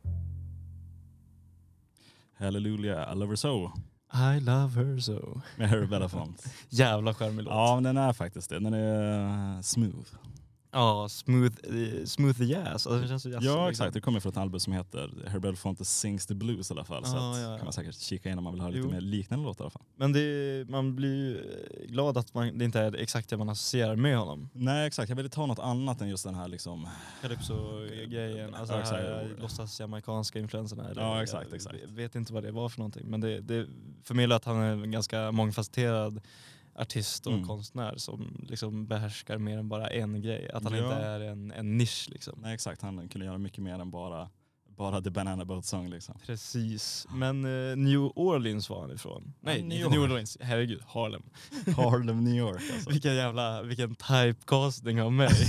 Hallelujah, I love her so. I love her so. Med Harry Belafonte. Jävla charmig låt. Ja, men den är faktiskt det. Den är smooth. Ja, smooth, uh, smooth the jazz. Alltså, det känns så jazz, ja, liksom. exakt. Det kommer från ett album som heter Harry Belafonte Sings the Blues i alla fall. Ah, så att, ja, ja. kan man säkert kika in om man vill ha lite jo. mer liknande låtar i alla fall. Men det, man blir ju glad att man, det inte är exakt det man associerar med honom. Nej, exakt. Jag ville ta något annat än just den här liksom... Calypso-grejen. Alltså ja, här låtsas jamaikanska influenserna. Eller, ja, exakt, exakt. Jag vet inte vad det var för någonting. Men det, det förmedlar att han är en ganska mångfacetterad artist och mm. konstnär som liksom behärskar mer än bara en grej. Att han ja. inte är en, en nisch liksom. Nej, exakt. Han kunde göra mycket mer än bara, bara The Banana Boat Song liksom. Precis. Men uh, New Orleans var han ifrån. Nej, New inte New Orleans. Herregud, Harlem. Harlem, New York alltså. Vilken jävla, vilken typecasting av mig.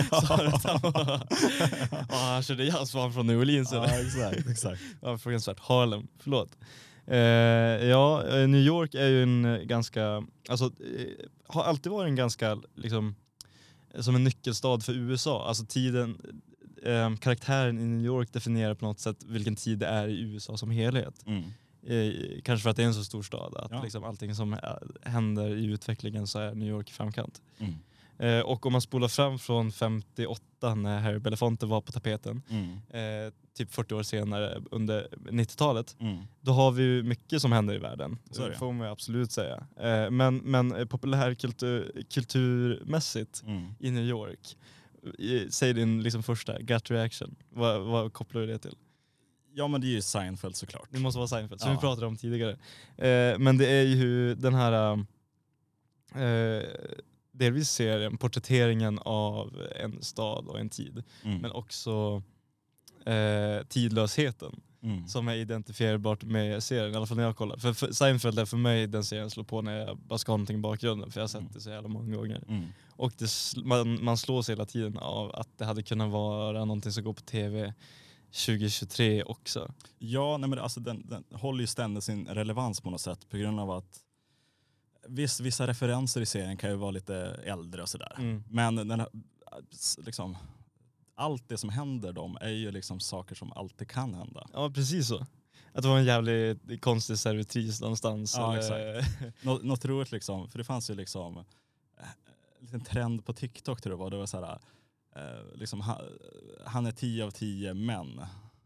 Ja, han körde jazz, var han från New Orleans eller? Ja, exakt, exakt. Ja, fruktansvärt. Harlem, förlåt. Uh, ja, New York är ju en ganska, alltså uh, har alltid varit en ganska liksom som en nyckelstad för U S A. Alltså tiden, uh, karaktären i New York definierar på något sätt vilken tid det är i U S A som helhet. Mm. Uh, kanske för att det är en så stor stad att ja. liksom allting som händer i utvecklingen så är New York i framkant. Mm. Uh, och om man spolar fram från femtioåtta när Harry Belafonte var på tapeten, mm. uh, typ fyrtio år senare under nittiotalet, mm. då har vi ju mycket som händer i världen. Så det får man absolut säga. Uh, men men populärkultur, kulturmässigt mm. i New York, uh, säg din liksom första gut reaction. Vad, vad kopplar du det till? Ja, men det är ju Seinfeld såklart. Det måste vara Seinfeld, som ja. vi pratade om tidigare. Uh, men det är ju den här... Uh, delvis serien, porträtteringen av en stad och en tid. Mm. Men också eh, tidlösheten mm. som är identifierbart med serien, i alla fall när jag kollar. För, för Seinfeld är för mig den serien slår på när jag bara ska ha någonting i bakgrunden, för jag har sett mm. det så jävla många gånger. Mm. Och det, man, man slås hela tiden av att det hade kunnat vara någonting som går på tv tjugohundratjugotre också. Ja, nej, men alltså den, den håller ju ständigt sin relevans på något sätt på grund av att Viss, vissa referenser i serien kan ju vara lite äldre och sådär. Mm. Men den här, liksom, allt det som händer dem är ju liksom saker som alltid kan hända. Ja, precis så. Att det var en jävligt konstig servitris någonstans. Ja, eller... exakt. Nå- något roligt liksom, för det fanns ju liksom en liten trend på TikTok tror jag det var. Det var så här, eh, liksom, ha, han är tio av tio män.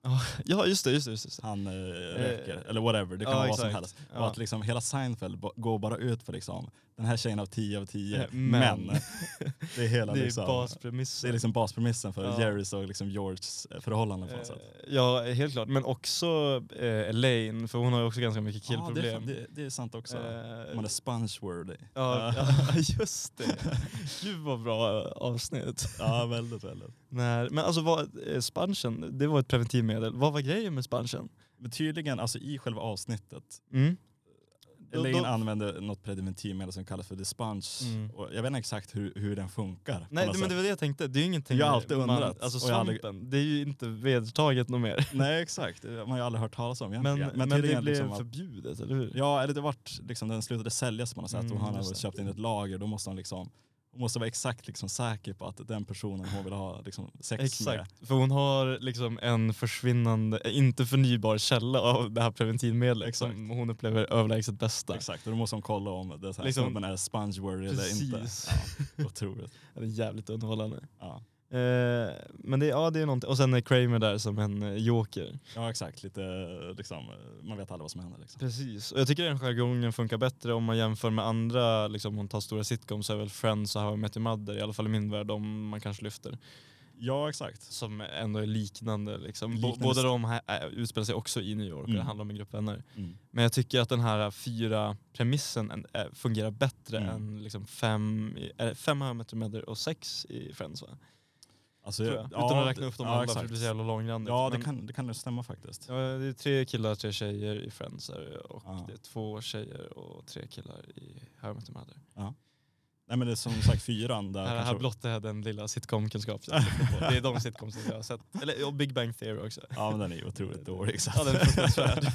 Ja, just det, just det. Just det. Han eh, röker, eh, eller whatever, det kan ja, vara exakt. vad som helst. Ja. Och att liksom hela Seinfeld b- går bara ut för liksom, den här tjejen av tio av tio Eh, män. men. Det är hela Det är liksom, baspremissen. det är liksom baspremissen för Ja. Jerrys och liksom Georges förhållanden på något sätt. Ja, helt klart. Men också eh, Elaine, för hon har ju också ganska mycket killproblem. Ja, det, är, det, det är sant också. Eh, Man är sponge-worthy. Ja, ja, just det. Gud vad bra avsnitt. Ja, väldigt, väldigt. Nej, men alltså vad, eh, spongen, det var ett preventivmedel. Vad var grejen med spongen? Men tydligen, alltså i själva avsnittet, Mm. Elaine Då- då- använder något preventivmedel som kallas för the sponge. Mm. Och jag vet inte exakt hur, hur den funkar. på Nej, något det, men sätt. det var det jag tänkte. Det är ju ingenting Jag har alltid man, undrat. alltså Och jag har aldrig- svampen, det är ju inte vedertaget något mer. Nej, exakt. Man har ju aldrig hört talas om Men, egentligen. men, det tydligen blev liksom att- förbjudet, eller hur? Ja, eller det vart liksom, den slutade säljas på något sätt Mm, och han har just det. köpt in ett lager. Då måste han liksom, hon måste vara exakt liksom säker på att den personen hon vill ha liksom sex med. Exakt, för hon har liksom en försvinnande, eh, inte förnybar källa av det här preventivmedlet Exakt. som hon upplever överlägset bästa. Exakt, och då måste hon kolla om det så här, Liksom- snubben är sponge-worthy eller inte. Precis. Ja, otroligt. Det är jävligt underhållande. Ja. Eh, men det, ja, det är någonting. Och sen är Kramer där som en eh, joker. ja, exakt. Lite liksom, man vet aldrig vad som händer. Liksom. Precis. Och jag tycker den jargongen funkar bättre om man jämför med andra, liksom hon tar stora sitcoms, så är väl Friends och How I Met Your Mother, i alla fall i min värld, om man kanske lyfter. Ja, exakt. Som ändå är liknande. Liksom. Liknande Båda st- de här äh, utspelar sig också i New York och Mm. det handlar om en grupp vänner. Mm. Men jag tycker att den här fyra premissen äh, fungerar bättre Mm. än liksom fem, i- äh, fem How I Met Your Mother och sex i Friends, va? Alltså, Tror jag. ja, Utan att räkna upp dem ja, alla exakt. för det blir så jävla långrandigt. Ja, det Men- kan, det kan nog stämma faktiskt. Ja, det är tre killar, tre tjejer i Friends här, och Ja. det är två tjejer och tre killar i How I Met Your Mother. Nej, men det är som sagt fyran där Här, här kanske... blottar jag den lilla sitcom-kunskap jag sitter på. Det är de sitcoms som jag har sett. Eller och Big Bang Theory också. Ja, men den är ju otroligt dålig. Ja, den är fruktansvärd.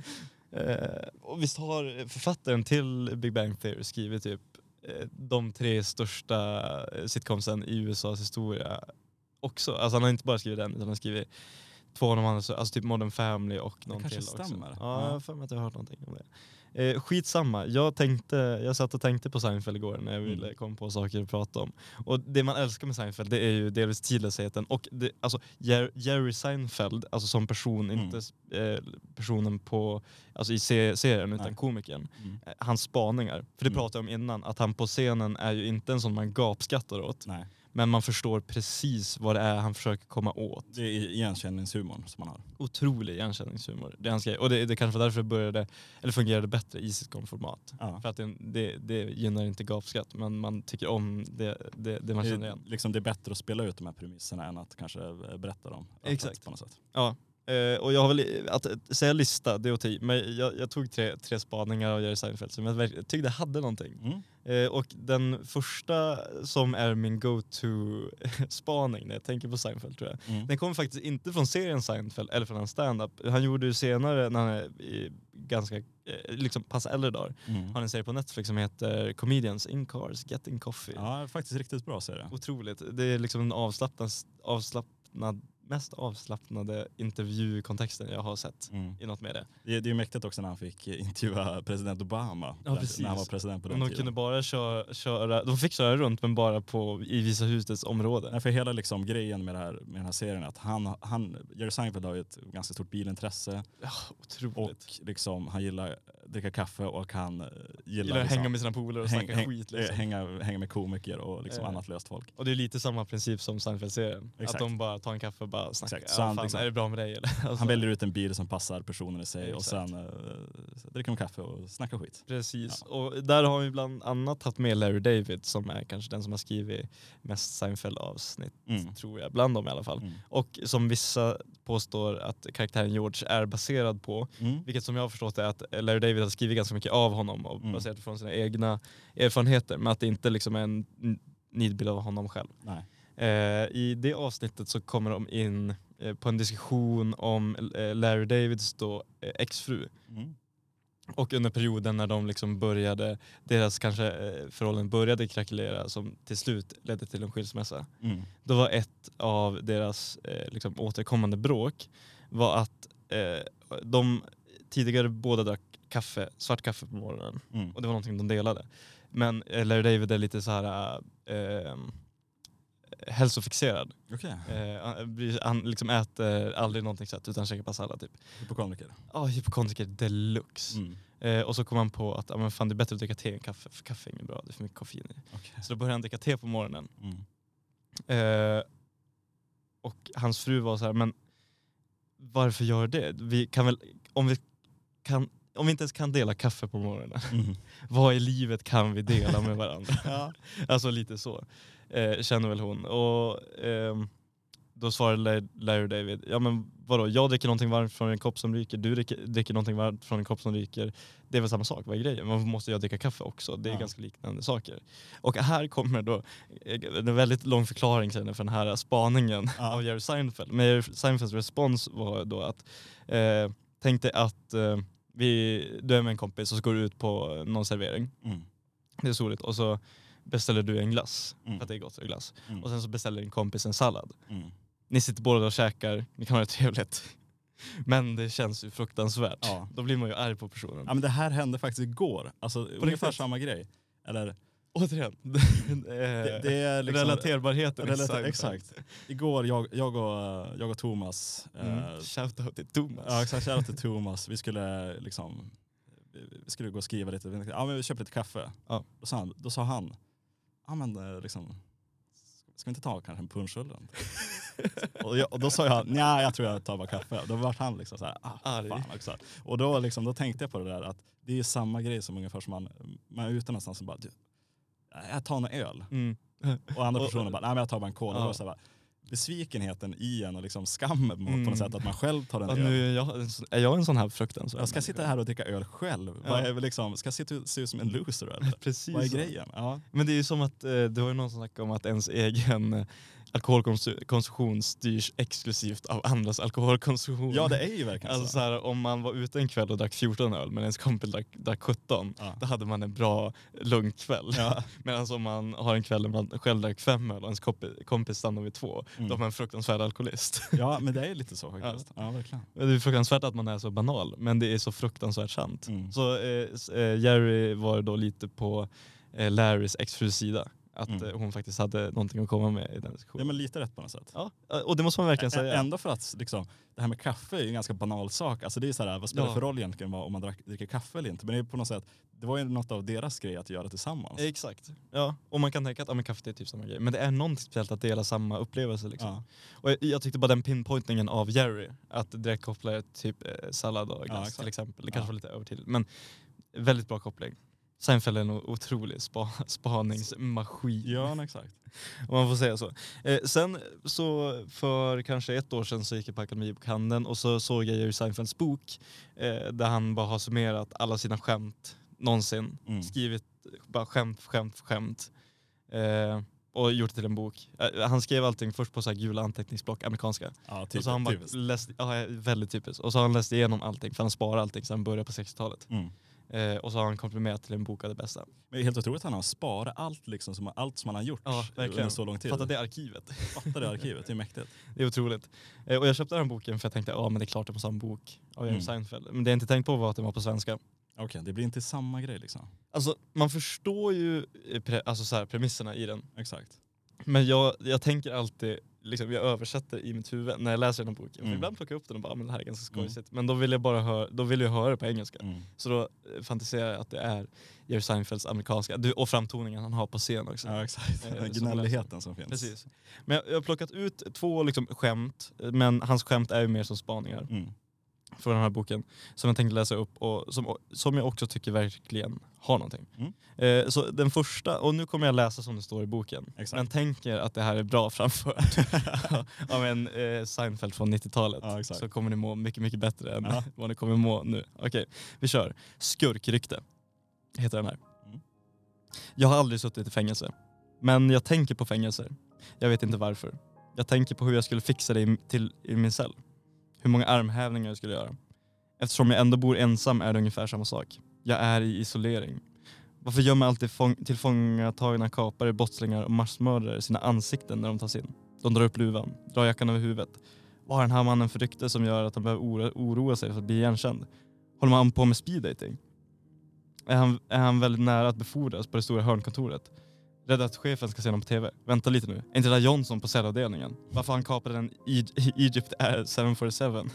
eh, och visst har författaren till Big Bang Theory skrivit typ eh, de tre största eh, sitcomsen i U S A's historia också. Alltså han har inte bara skrivit den, utan han har skrivit två av de andra, så- alltså typ Modern Family och någon kanske till också. stämmer. Ja, Ja. jag har för mig att jag har hört någonting om det. Eh, skitsamma, jag tänkte, jag satt och tänkte på Seinfeld igår när jag ville Mm. komma på saker att prata om. Och det man älskar med Seinfeld, det är ju delvis tidlösheten och det, alltså Jer- Jerry Seinfeld, alltså som person, Mm. inte eh, personen på, alltså i se- serien utan Nej. komikern. Mm. Eh, hans spaningar, för det Mm. pratade jag om innan, att han på scenen är ju inte en sån man gapskattar åt, Nej, men man förstår precis vad det är han försöker komma åt. det är igenkänningshumorn som man har. Otrolig igenkänningshumor. Det är hans grej. Och det, det kanske var därför det började, eller fungerade bättre i sitcom-format. Ja. För att det, det, det gynnar inte gapskratt, men man tycker om det, det, det man Det, känner är, igen. liksom, det är bättre att spela ut de här premisserna än att kanske eh, berätta dem. öppet Exakt. På något sätt. Ja. Eh, och jag har väl, att säga lista, det är att ta i, men jag, jag tog tre, tre spaningar av Jerry Seinfeld som jag verkligen tyckte hade någonting. Mm. Eh, och den första som är min go-to-spaning när jag tänker på Seinfeld, tror jag. Mm. Den kommer faktiskt inte från serien Seinfeld eller från hans stand-up. Han gjorde ju senare, när han är i ganska, eh, liksom pass äldre dagar, Mm. har en serie på Netflix som heter Comedians in Cars Getting Coffee. Ja, faktiskt riktigt bra serie. Otroligt. Det är liksom den avslappnad, avslappnad, mest avslappnade intervjukontexten jag har sett Mm. i något med det. Det, det är ju mäktigt också när han fick intervjua president Obama. Ja, den- precis. När han var president på den Men de tiden. kunde bara köra, köra, de fick köra runt men bara på i Visa husets område. Nej, för hela liksom grejen med, det här, med den här serien är att han, han, Jerry Seinfeld har ju ett ganska stort bilintresse Ja, otroligt. och liksom, han gillar att dricka kaffe och han eh, gillar, Gillar att liksom, hänga med sina polare och häng- snacka häng- skit eh, liksom. hänga, hänga med komiker och liksom Eh. annat löst folk. Och det är lite samma princip som Seinfeld-serien. Att Exakt. de bara tar en kaffe och bara snackar. Exakt. Ja, Så han fan, liksom- är det bra med dig eller? Alltså, Han väljer ut en bil som passar personen i sig och Exakt. sen eh, dricker de kaffe och snackar skit. Precis. Och där har vi bland annat haft med Larry David som är kanske den som har skrivit mest Seinfeld-avsnitt, Mm. tror jag. Bland dem i alla fall. Mm. Och som vissa påstår att karaktären George är baserad på. Mm. Vilket som jag har förstått är att Larry David har skrivit ganska mycket av honom och Mm. baserat från sina egna erfarenheter. Men att det inte liksom är en n- nidbild av honom själv. Nej. Eh, I det avsnittet så kommer de in eh, på en diskussion om eh, Larry Davids då, eh, exfru. Mm. Och under perioden när de liksom började, deras kanske eh, förhållanden började krackelera som till slut ledde till en skilsmässa. Mm. Då var ett av deras eh, liksom återkommande bråk var att eh, de tidigare båda drack kaffe, svart kaffe på morgonen. Mm. Och det var någonting de delade. Men Larry David är lite så här eh, hälsofixerad. Okay. Eh, han liksom äter aldrig någonting sött utan käkar bara sallad typ. Hypokondriker. Ja, oh, hypokondriker deluxe. Mm. Eh, och så kom han på att ah, men fan, det är bättre att dricka te än kaffe, för kaffe är inget bra, det är för mycket koffein i. Okay. Så då började han dricka te på morgonen. Mm. Eh, och hans fru var så här, men varför gör det? Vi kan väl, om vi kan om vi inte ens kan dela kaffe på morgonen, mm. vad i livet kan vi dela med varandra? Ja. Alltså lite så, eh, känner väl hon. Och eh, då svarade Larry David, ja men vadå, jag dricker någonting varmt från en kopp som ryker, du dricker, dricker någonting varmt från en kopp som ryker. Det är väl samma sak, vad är grejen? Man måste jag dricka kaffe också, det är ja. ganska liknande saker. Och här kommer då en väldigt lång förklaring för den här spaningen ja. av Jerry Seinfeld. Men Jerry Seinfelds respons var då att eh, tänkte att eh, vi, du är med en kompis och så går du ut på någon servering. Mm. Det är soligt. Och så beställer du en glass, mm. för att det är gott och glass. Mm. Och sen så beställer din kompis en sallad. Mm. Ni sitter båda och käkar, det kan vara trevligt. Men det känns ju fruktansvärt. Ja. Då blir man ju arg på personen. Ja, men det här hände faktiskt igår. Alltså på ungefär samma grej. Eller... Återigen. det, det är liksom... Relaterbarheten. Relater, exakt. Igår, jag, jag, och, jag och Thomas... Mm. Eh, shoutout till Thomas. Ja, exakt. Shoutout till Thomas. Vi skulle liksom... Vi skulle gå och skriva lite. Ja, men vi köpte lite kaffe. Ja. Då sa han... Då sa han ja, men liksom... Ska vi inte ta kanske en punschullen? och, jag, och då sa jag, nej jag tror jag tar bara kaffe. Då var han liksom så här, ah, fan också. Och då, liksom, då tänkte jag på det där att det är samma grej som ungefär som man, man är ute någonstans och bara, du, jag tar en öl. Mm. Och andra personer bara, nej men jag tar bara en cola. Ja. Och så bara, besvikenheten i en och liksom skammen mm. på något sätt att man själv tar en öl. Nu är, jag, är jag en sån här fruktansvärd? Jag ska sitta här och dricka öl själv. Ja. Vad är liksom, ska jag sitta, se ut som en loser eller? Precis. Vad är grejen? Ja. Men det är ju som att, det var ju någon som snackade om att ens egen alkoholkonsumtion styrs exklusivt av andras alkoholkonsumtion. Ja, det är ju verkligen alltså, så. Här, om man var ute en kväll och drack fjorton öl men ens kompis drack, drack sjutton, ja. Då hade man en bra, lugn kväll. Ja. Medan om man har en kväll där man själv drack fem öl och ens kompis, kompis stannar vid två, mm. då är man en fruktansvärd alkoholist. Ja, men det är lite så faktiskt. Ja. Ja, verkligen. Det är fruktansvärt att man är så banal, men det är så fruktansvärt sant. Mm. Så eh, Jerry var då lite på eh, Larrys exfrus sida. Att mm. hon faktiskt hade någonting att komma med i den diskussionen. Ja, men lite rätt på något sätt. Ja, och det måste man verkligen säga. Ändå för att liksom, det här med kaffe är ju en ganska banal sak. Alltså det är så här, vad spelar det ja. för roll egentligen om man drack, dricker kaffe eller inte? Men det är på något sätt, det var ju något av deras grej att göra tillsammans. Exakt. Ja, och man kan tänka att ja, men kaffe är typ samma grej. Men det är något speciellt att dela samma upplevelse liksom. Ja. Och jag, jag tyckte bara den pinpointingen av Jerry, att direkt koppla typ eh, sallad och glass ja, till exempel. Det kanske ja. var lite över till. Men väldigt bra koppling. Seinfeld är en otrolig spa, spaningsmaskin. Ja, exakt. Om man får säga så. Eh, sen så för kanske ett år sedan så gick jag på Akademibokhandeln och så såg jag Jerry Seinfelds bok eh, där han bara har summerat alla sina skämt någonsin. Mm. Skrivit bara skämt, skämt, skämt. Eh, och gjort det till en bok. Eh, han skrev allting först på så här gula anteckningsblock, amerikanska. Ja, typ, och så har han bara läst, ja, väldigt typiskt. Och så har han läst igenom allting, för han sparar allting sedan början på sextiotalet. Mm. Eh, och så har han komprimerat till en bok av det bästa. Men det är helt otroligt att han har sparat allt, liksom, som, allt som han har gjort ja, under så lång tid. Fatta det arkivet. Fatta det arkivet, det är mäktigt. Det är otroligt. Eh, och jag köpte den här boken för jag tänkte, ja men det är klart det måste ha en bok av Jerry mm. Seinfeld. Men det jag inte tänkt på var att den var på svenska. Okej, okay, det blir inte samma grej liksom. Alltså man förstår ju pre- alltså, så här, premisserna i den. Exakt. Men jag, jag tänker alltid, liksom, jag översätter i mitt huvud när jag läser den här boken. Mm. För ibland plockar jag upp den och bara, ah, men det här är ganska skojsigt. Mm. Men då vill jag bara höra, då vill jag höra det på engelska. Mm. Så då fantiserar jag att det är Jerry Seinfelds amerikanska. Och framtoningen han har på scen också. Ja, exakt. Eh, gnälligheten som finns. Precis. Men jag, jag har plockat ut två liksom, skämt. Men hans skämt är ju mer som spaningar. Mm. Från den här boken som jag tänkte läsa upp och som, som jag också tycker verkligen har någonting. Mm. Eh, så den första, och nu kommer jag läsa som det står i boken. Exakt. Men tänker att det här är bra framfört av en eh, Seinfeld från nittiotalet. Ja, så kommer ni må mycket, mycket bättre än ja. vad ni kommer må nu. Okej, okay, vi kör. Skurkrykte heter den här. Mm. Jag har aldrig suttit i fängelse. Men jag tänker på fängelser. Jag vet inte varför. Jag tänker på hur jag skulle fixa det i, till, i min cell. Hur många armhävningar jag skulle göra. Eftersom jag ändå bor ensam är det ungefär samma sak. Jag är i isolering. Varför gör man alltid fång- tillfångatagna kapare, brottslingar och massmördare sina ansikten när de tas in? De drar upp luvan, drar jackan över huvudet. Vad har den här mannen för rykte som gör att han behöver oro- oroa sig för att bli igenkänd? håller man på med speed dating? Är han, är han väldigt nära att befordras på det stora hörnkontoret? Rädd att chefen ska se honom på tv. Vänta lite nu. Är inte det där Johnson på cellavdelningen? Varför han kapade den e- Egypt Air seven forty-seven?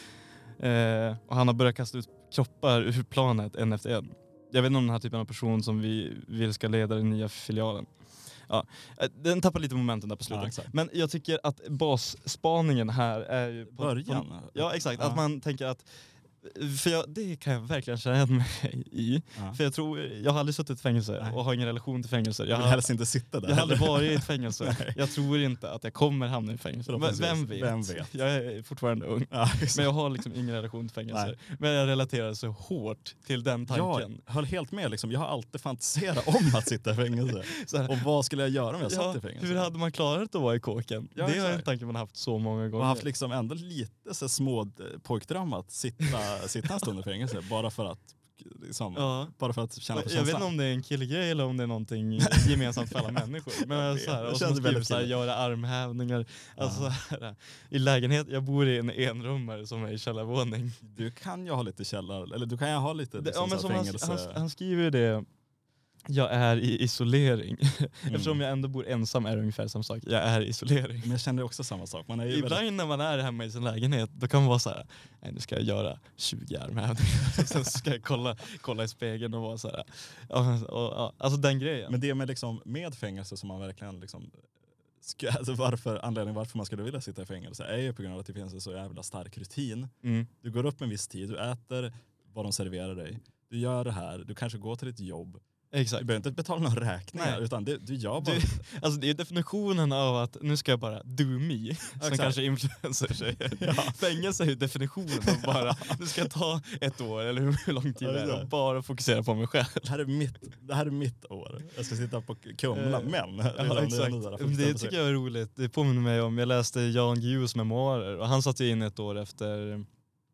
eh, och han har börjat kasta ut kroppar ur planet en efter en. Jag vet inte om den här typen av person som vi vill ska leda den nya filialen. Ja, den tappar lite momenten där på slutet. Ja, men jag tycker att basspaningen här är ju... På, början. På, ja, exakt. Ja. Att man tänker att... För jag, det kan jag verkligen känna mig i. Ja. För jag tror, jag har aldrig suttit i fängelse. Nej. Och har ingen relation till fängelse. Jag vill har helst inte sitta där. Jag har aldrig varit i ett fängelse. Jag tror inte att jag kommer hamna i fängelse. Men vem vet? Vem vet? Jag är fortfarande ung. Ja, men jag har liksom ingen relation till fängelse. Nej. Men jag relaterar så hårt till den tanken. Jag höll helt med. Liksom. Jag har alltid fantiserat om att sitta i fängelse. Och vad skulle jag göra om jag ja, satt i fängelse? Hur hade man klarat att vara i kåken? Ja, det är en tanke man har haft så många gånger. Och haft liksom ändå lite så små pojkdrömmar att sitta, sitta en stund i fängelse. Bara för att liksom, ja. bara för att känna på känslan. Jag vet inte om det är en killgrej eller om det är någonting gemensamt för alla människor. Men så här, och så skriver så här, göra armhävningar. Alltså, ja. här, i lägenhet, jag bor i en enrummare som är i källarvåning. Du kan ju ha lite källar, eller du kan ju ha lite det, ja, men som fängelse. Han, han, han skriver det. Jag är i isolering. Mm. Eftersom jag ändå bor ensam är det ungefär samma sak. Jag är i isolering. Men jag känner också samma sak. Man är ju ibland väldigt... när man är hemma i sin lägenhet, då kan man vara så här: nej, nu ska jag göra tjugo armhävningar. Sen ska jag kolla, kolla i spegeln och vara så här. Och, och, och, alltså den grejen. Men det med, liksom, med fängelse som man verkligen liksom, ska, alltså varför, anledningen varför man skulle vilja sitta i fängelse är ju på grund av att det finns en så jävla stark rutin. Mm. Du går upp en viss tid, du äter vad de serverar dig. Du gör det här, du kanske går till ditt jobb. Exakt. Du behöver inte betala några räkningar. Nej. Utan det, du gör bara... Du, alltså det är definitionen av att nu ska jag bara do me. Exakt. Som kanske influencer säger. Ja. Fängelse är ju definitionen av bara nu ska jag ta ett år eller hur lång tid det är och bara fokusera på mig själv. Det här är mitt, det här är mitt år. Jag ska sitta på Kumla, uh, men... Ja, exakt. Det, det tycker jag är roligt. Det påminner mig om, jag läste Jan Guillous memoarer och han satt ju in ett år efter...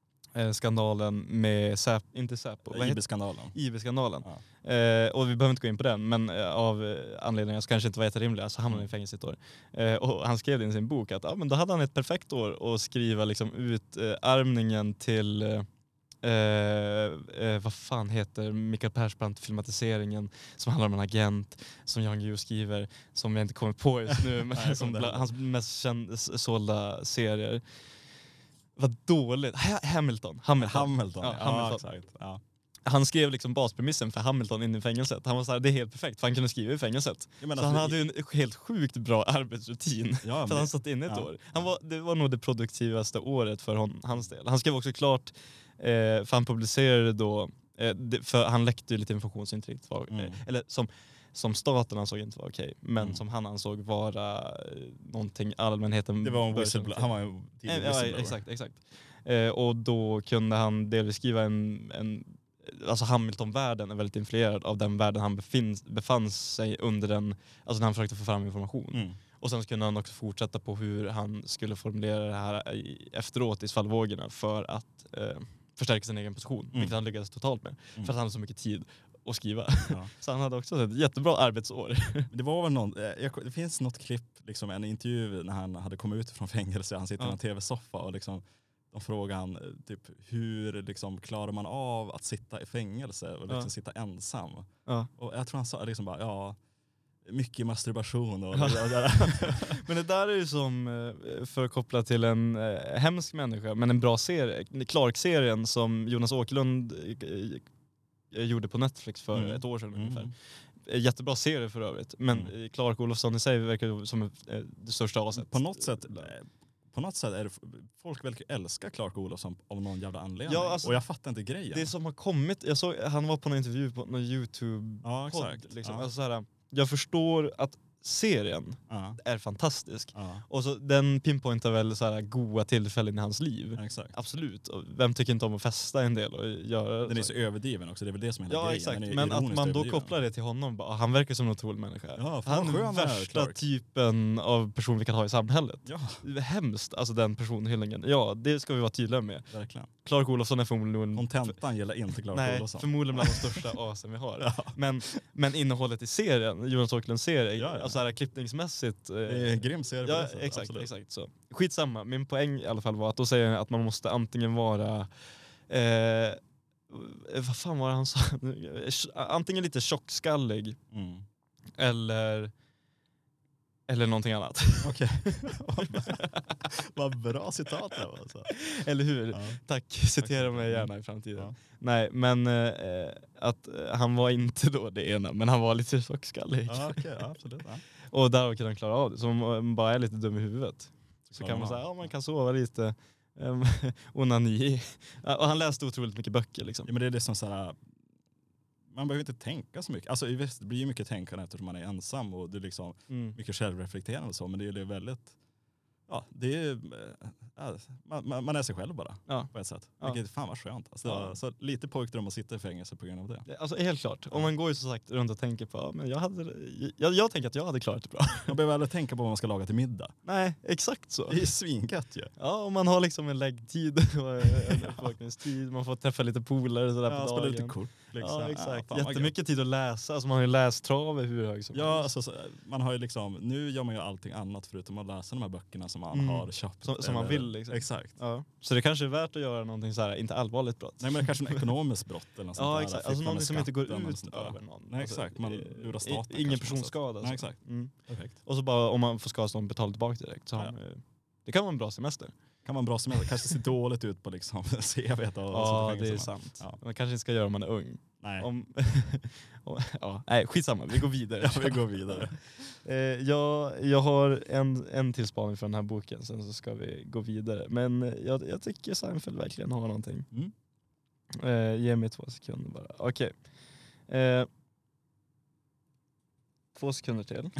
skandalen med Säp, inte Säpo, I B-skandalen. I B-skandalen. Ja. Eh, och vi behöver inte gå in på den, men eh, av anledningar som kanske inte var jätterimliga så hamnade han i fängelse ett år. Eh, och han skrev i sin bok att ja, men då hade han ett perfekt år att skriva liksom, ut eh, armningen till eh, eh, vad fan heter Mikael Persbrandt-filmatiseringen som handlar om en agent som Jan Guillou skriver, som jag inte kommer på just nu, men Nej, som bland, hans mest kända, sålda serier. Vad dåligt. Ha- Hamilton. Hamilton. Hamilton. Ja, ja, Hamilton. Exakt. Ja. Han skrev liksom baspremissen för Hamilton in i fängelset. Han var så här, det är helt perfekt för han kunde skriva i fängelset. Så alltså, han hade ju en helt sjukt bra arbetsrutin. Ja, för men, han satt in ett ja. år. Han var, det var nog det produktivaste året för hon, hans del. Han skrev också klart, eh, för han publicerade då, eh, det, för han läckte ju lite information som inte riktigt var, mm. eh, eller som som staten ansåg inte var okej, men mm. som han ansåg vara någonting allmänheten... Det var en whistleblower. Han var en tidig whistleblower. Ja, exakt, exakt. Eh, och då kunde han delvis skriva en... en alltså Hamilton-världen är väldigt influerad av den världen han befinns, befann sig under den... Alltså när han försökte få fram information. Mm. Och sen kunde han också fortsätta på hur han skulle formulera det här i, efteråt i svallvågorna för att eh, förstärka sin egen position. Mm. Vilket han lyckades totalt med. Mm. För att han hade så mycket tid och skriva. Ja. Så han hade också ett jättebra arbetsår. Det var väl någon, det finns något klipp, liksom en intervju när han hade kommit ut från fängelse. Han sitter ja. i en tv-soffa och liksom, de frågar han typ, hur liksom, klarar man av att sitta i fängelse och liksom, ja. sitta ensam. Ja. Och jag tror han sa liksom bara, ja, mycket masturbation. Och, ja. och där. Men det där är ju som, för att koppla till en hemsk människa, men en bra serie. Clark-serien som Jonas Åkerlund gjorde på Netflix för mm. ett år sedan ungefär. Mm. Jättebra serie för övrigt. Men mm. Clark Olofsson i sig verkar som det största aset. På något sätt, på något sätt är det, folk verkar älska Clark Olofsson av någon jävla anledning. Ja, alltså, och jag fattar inte grejen. Det som har kommit, jag såg, han var på en intervju på någon YouTube-podd. Ja, exakt. Liksom. Ja. Alltså, så här, jag förstår att serien ja. är fantastisk. Ja. Och så den pinpointar väl så här goda tillfällen i hans liv. Ja, exakt. Absolut. Och vem tycker inte om att festa en del och göra den är så överdriven också, det är väl det som är ja, grejen. Exakt. Men att man då kopplar det till honom, bara, han verkar som en otrolig människa. Ja, han är den värsta här, typen av person vi kan ha i samhället. Ja. Det är hemskt, alltså den personhyllningen. Ja, det ska vi vara tydliga med. Verkligen. Clark Olofsson är förmodligen... Kontentan gäller inte Clark Nej, Olofsson. förmodligen bland de största asen vi har. Ja. Men, men innehållet i serien, Jonas Åkerlunds serie, ja, ja. alltså här klippningsmässigt... Det är en grym serie. Ja, sätt, exakt, exakt så. Skitsamma, min poäng i alla fall var att då säger jag att man måste antingen vara... Eh, vad fan var det han sa? Antingen lite tjockskallig Mm. eller eller någonting annat. Okej. Vad bra citat det var alltså. Eller hur? Ja. Tack, citera mig gärna i framtiden. Ja. Nej, men eh, att eh, han var inte då det ena, men han var lite tjockskallig. Ja, okej, ja, absolut. Ja. Och där kan han klara av det. Så om man bara är lite dum i huvudet så, så kan man säga, ja, man kan sova lite. Um, onani. Och han läste otroligt mycket böcker liksom. Ja, men det är liksom så här, man behöver inte tänka så mycket. Alltså det blir ju mycket tänkande eftersom man är ensam och det är liksom Mm. mycket självreflekterande och så, men det är ju väldigt, ja, det är ja, man, man är sig själv bara, ja. på ett sätt. Ja. Vilket fan vad skönt. Alltså, Ja. så lite pojkdröm att sitta i fängelse på grund av det. Alltså helt klart. Om man går ju så sagt runt och tänker på, ja, men jag hade jag, jag tänker att jag hade klarat det bra. Man behöver aldrig tänka på vad man ska laga till middag. Nej, exakt så. Det är svingött ju. Ja, om man har liksom en läggtid och en uppvakningstid, man får träffa lite polare sådär Ja, på spela dagen. lite kort. Liksom. Ja, exakt. Ja, fan, vad jättemycket tid att läsa. Alltså man har ju lästrav hur hög som Ja, helst. alltså, så, man har ju liksom, nu gör man ju allting annat förutom att läsa de här böckerna som man Mm. har köpt. Som, som man eller- vill liksom. Exakt. Ja. Så det kanske är värt att göra någonting så här, inte allvarligt brott. Nej, men det är kanske en ekonomisk brott eller något sånt Ja, där. exakt. Fiffla Alltså med någonting som inte går skatten eller ut sånt där. över någon. Nej, Alltså, exakt. Man eh, lurar staten. Ingen kanske på något sätt. personskada. Nej, alltså. exakt. Mm. Perfekt. Och så bara om man får skadestånd betala tillbaka direkt. Så Ja. har man, ju- det kan vara en bra semester. Kan vara en bra semester. Kanske ser dåligt ut på liksom C V:t och Ja, sånt det är fängelse, men- sant. Ja. Man kanske inte ska göra om man är ung. Nej, Om, om, ja, nej, skitsamma. Vi går vidare. ja, vi går vidare. Eh, jag, jag har en, en till spaning från den här boken, sen så ska vi gå vidare. Men eh, jag, jag tycker Seinfeld verkligen har någonting. Mm. Eh, ge mig två sekunder bara. Okej. Eh, två sekunder till.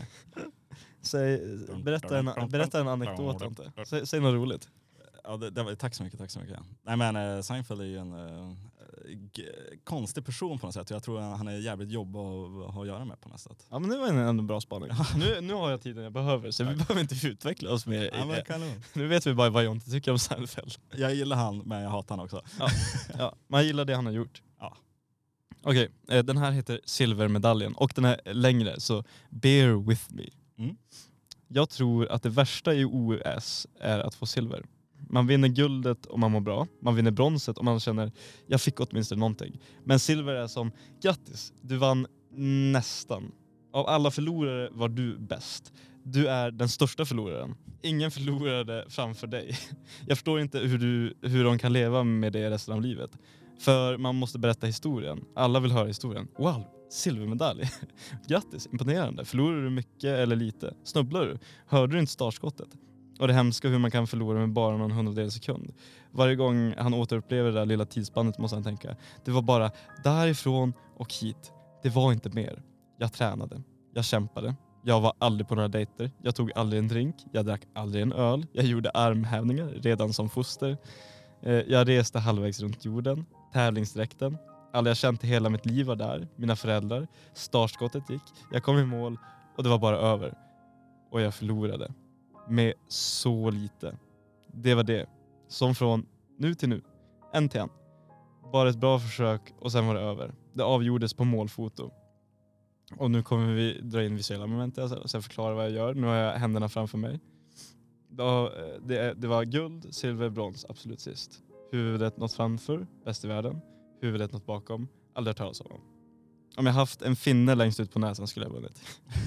Säg, berätta, en, berätta en anekdot, inte. Säg, säg något roligt. Ja, det, det var, tack så mycket, tack så mycket. Nej, men uh, Seinfeld är ju en uh, g- konstig person på något sätt. Jag tror han är jävligt jobbig att ha att göra med på något sätt. Ja, men det var en ändå bra spaning. nu, nu har jag tiden jag behöver, så vi behöver inte utveckla oss mer. Ja, men kanon. Nu vet vi bara vad jag inte tycker om Seinfeld. Jag gillar han, men jag hatar han också. Ja, ja, man gillar det han har gjort. Ja. Okej, eh, den här heter Silvermedaljen och den är längre, så bear with me. Mm. Jag tror att det värsta i O S är att få silver. Man vinner guldet om man mår bra. Man vinner bronset om man känner jag fick åtminstone någonting. Men silver är som grattis, du vann nästan. Av alla förlorare var du bäst. Du är den största förloraren. Ingen förlorade framför dig. Jag förstår inte hur, du, hur de kan leva med det resten av livet. För man måste berätta historien. Alla vill höra historien. Wow, silvermedalj. Grattis, imponerande. Förlorar du mycket eller lite? Snubblar du? Hörde du inte startskottet? Och det hemska hur man kan förlora med bara någon hundradel sekund. Varje gång han återupplever det där lilla tidsbandet måste han tänka. Det var bara därifrån och hit. Det var inte mer. Jag tränade. Jag kämpade. Jag var aldrig på några dejter. Jag tog aldrig en drink. Jag drack aldrig en öl. Jag gjorde armhävningar redan som foster. Eh, jag reste halvvägs runt jorden. Tävlingsdräkten. Alla jag känt i hela mitt liv var där. Mina föräldrar. Startskottet gick. Jag kom i mål och det var bara över. Och jag förlorade. Med så lite. Det var det. Som från nu till nu. En till en. Bara ett bra försök och sen var det över. Det avgjordes på målfoto. Och nu kommer vi dra in visuella moment och sen förklara vad jag gör. Nu har jag händerna framför mig. Det, det var guld, silver, brons absolut sist. Huvudet något framför, bäst i världen. Huvudet något bakom, aldrig hört talas om honom. Om jag haft en finne längst ut på näsan skulle jag vunnit.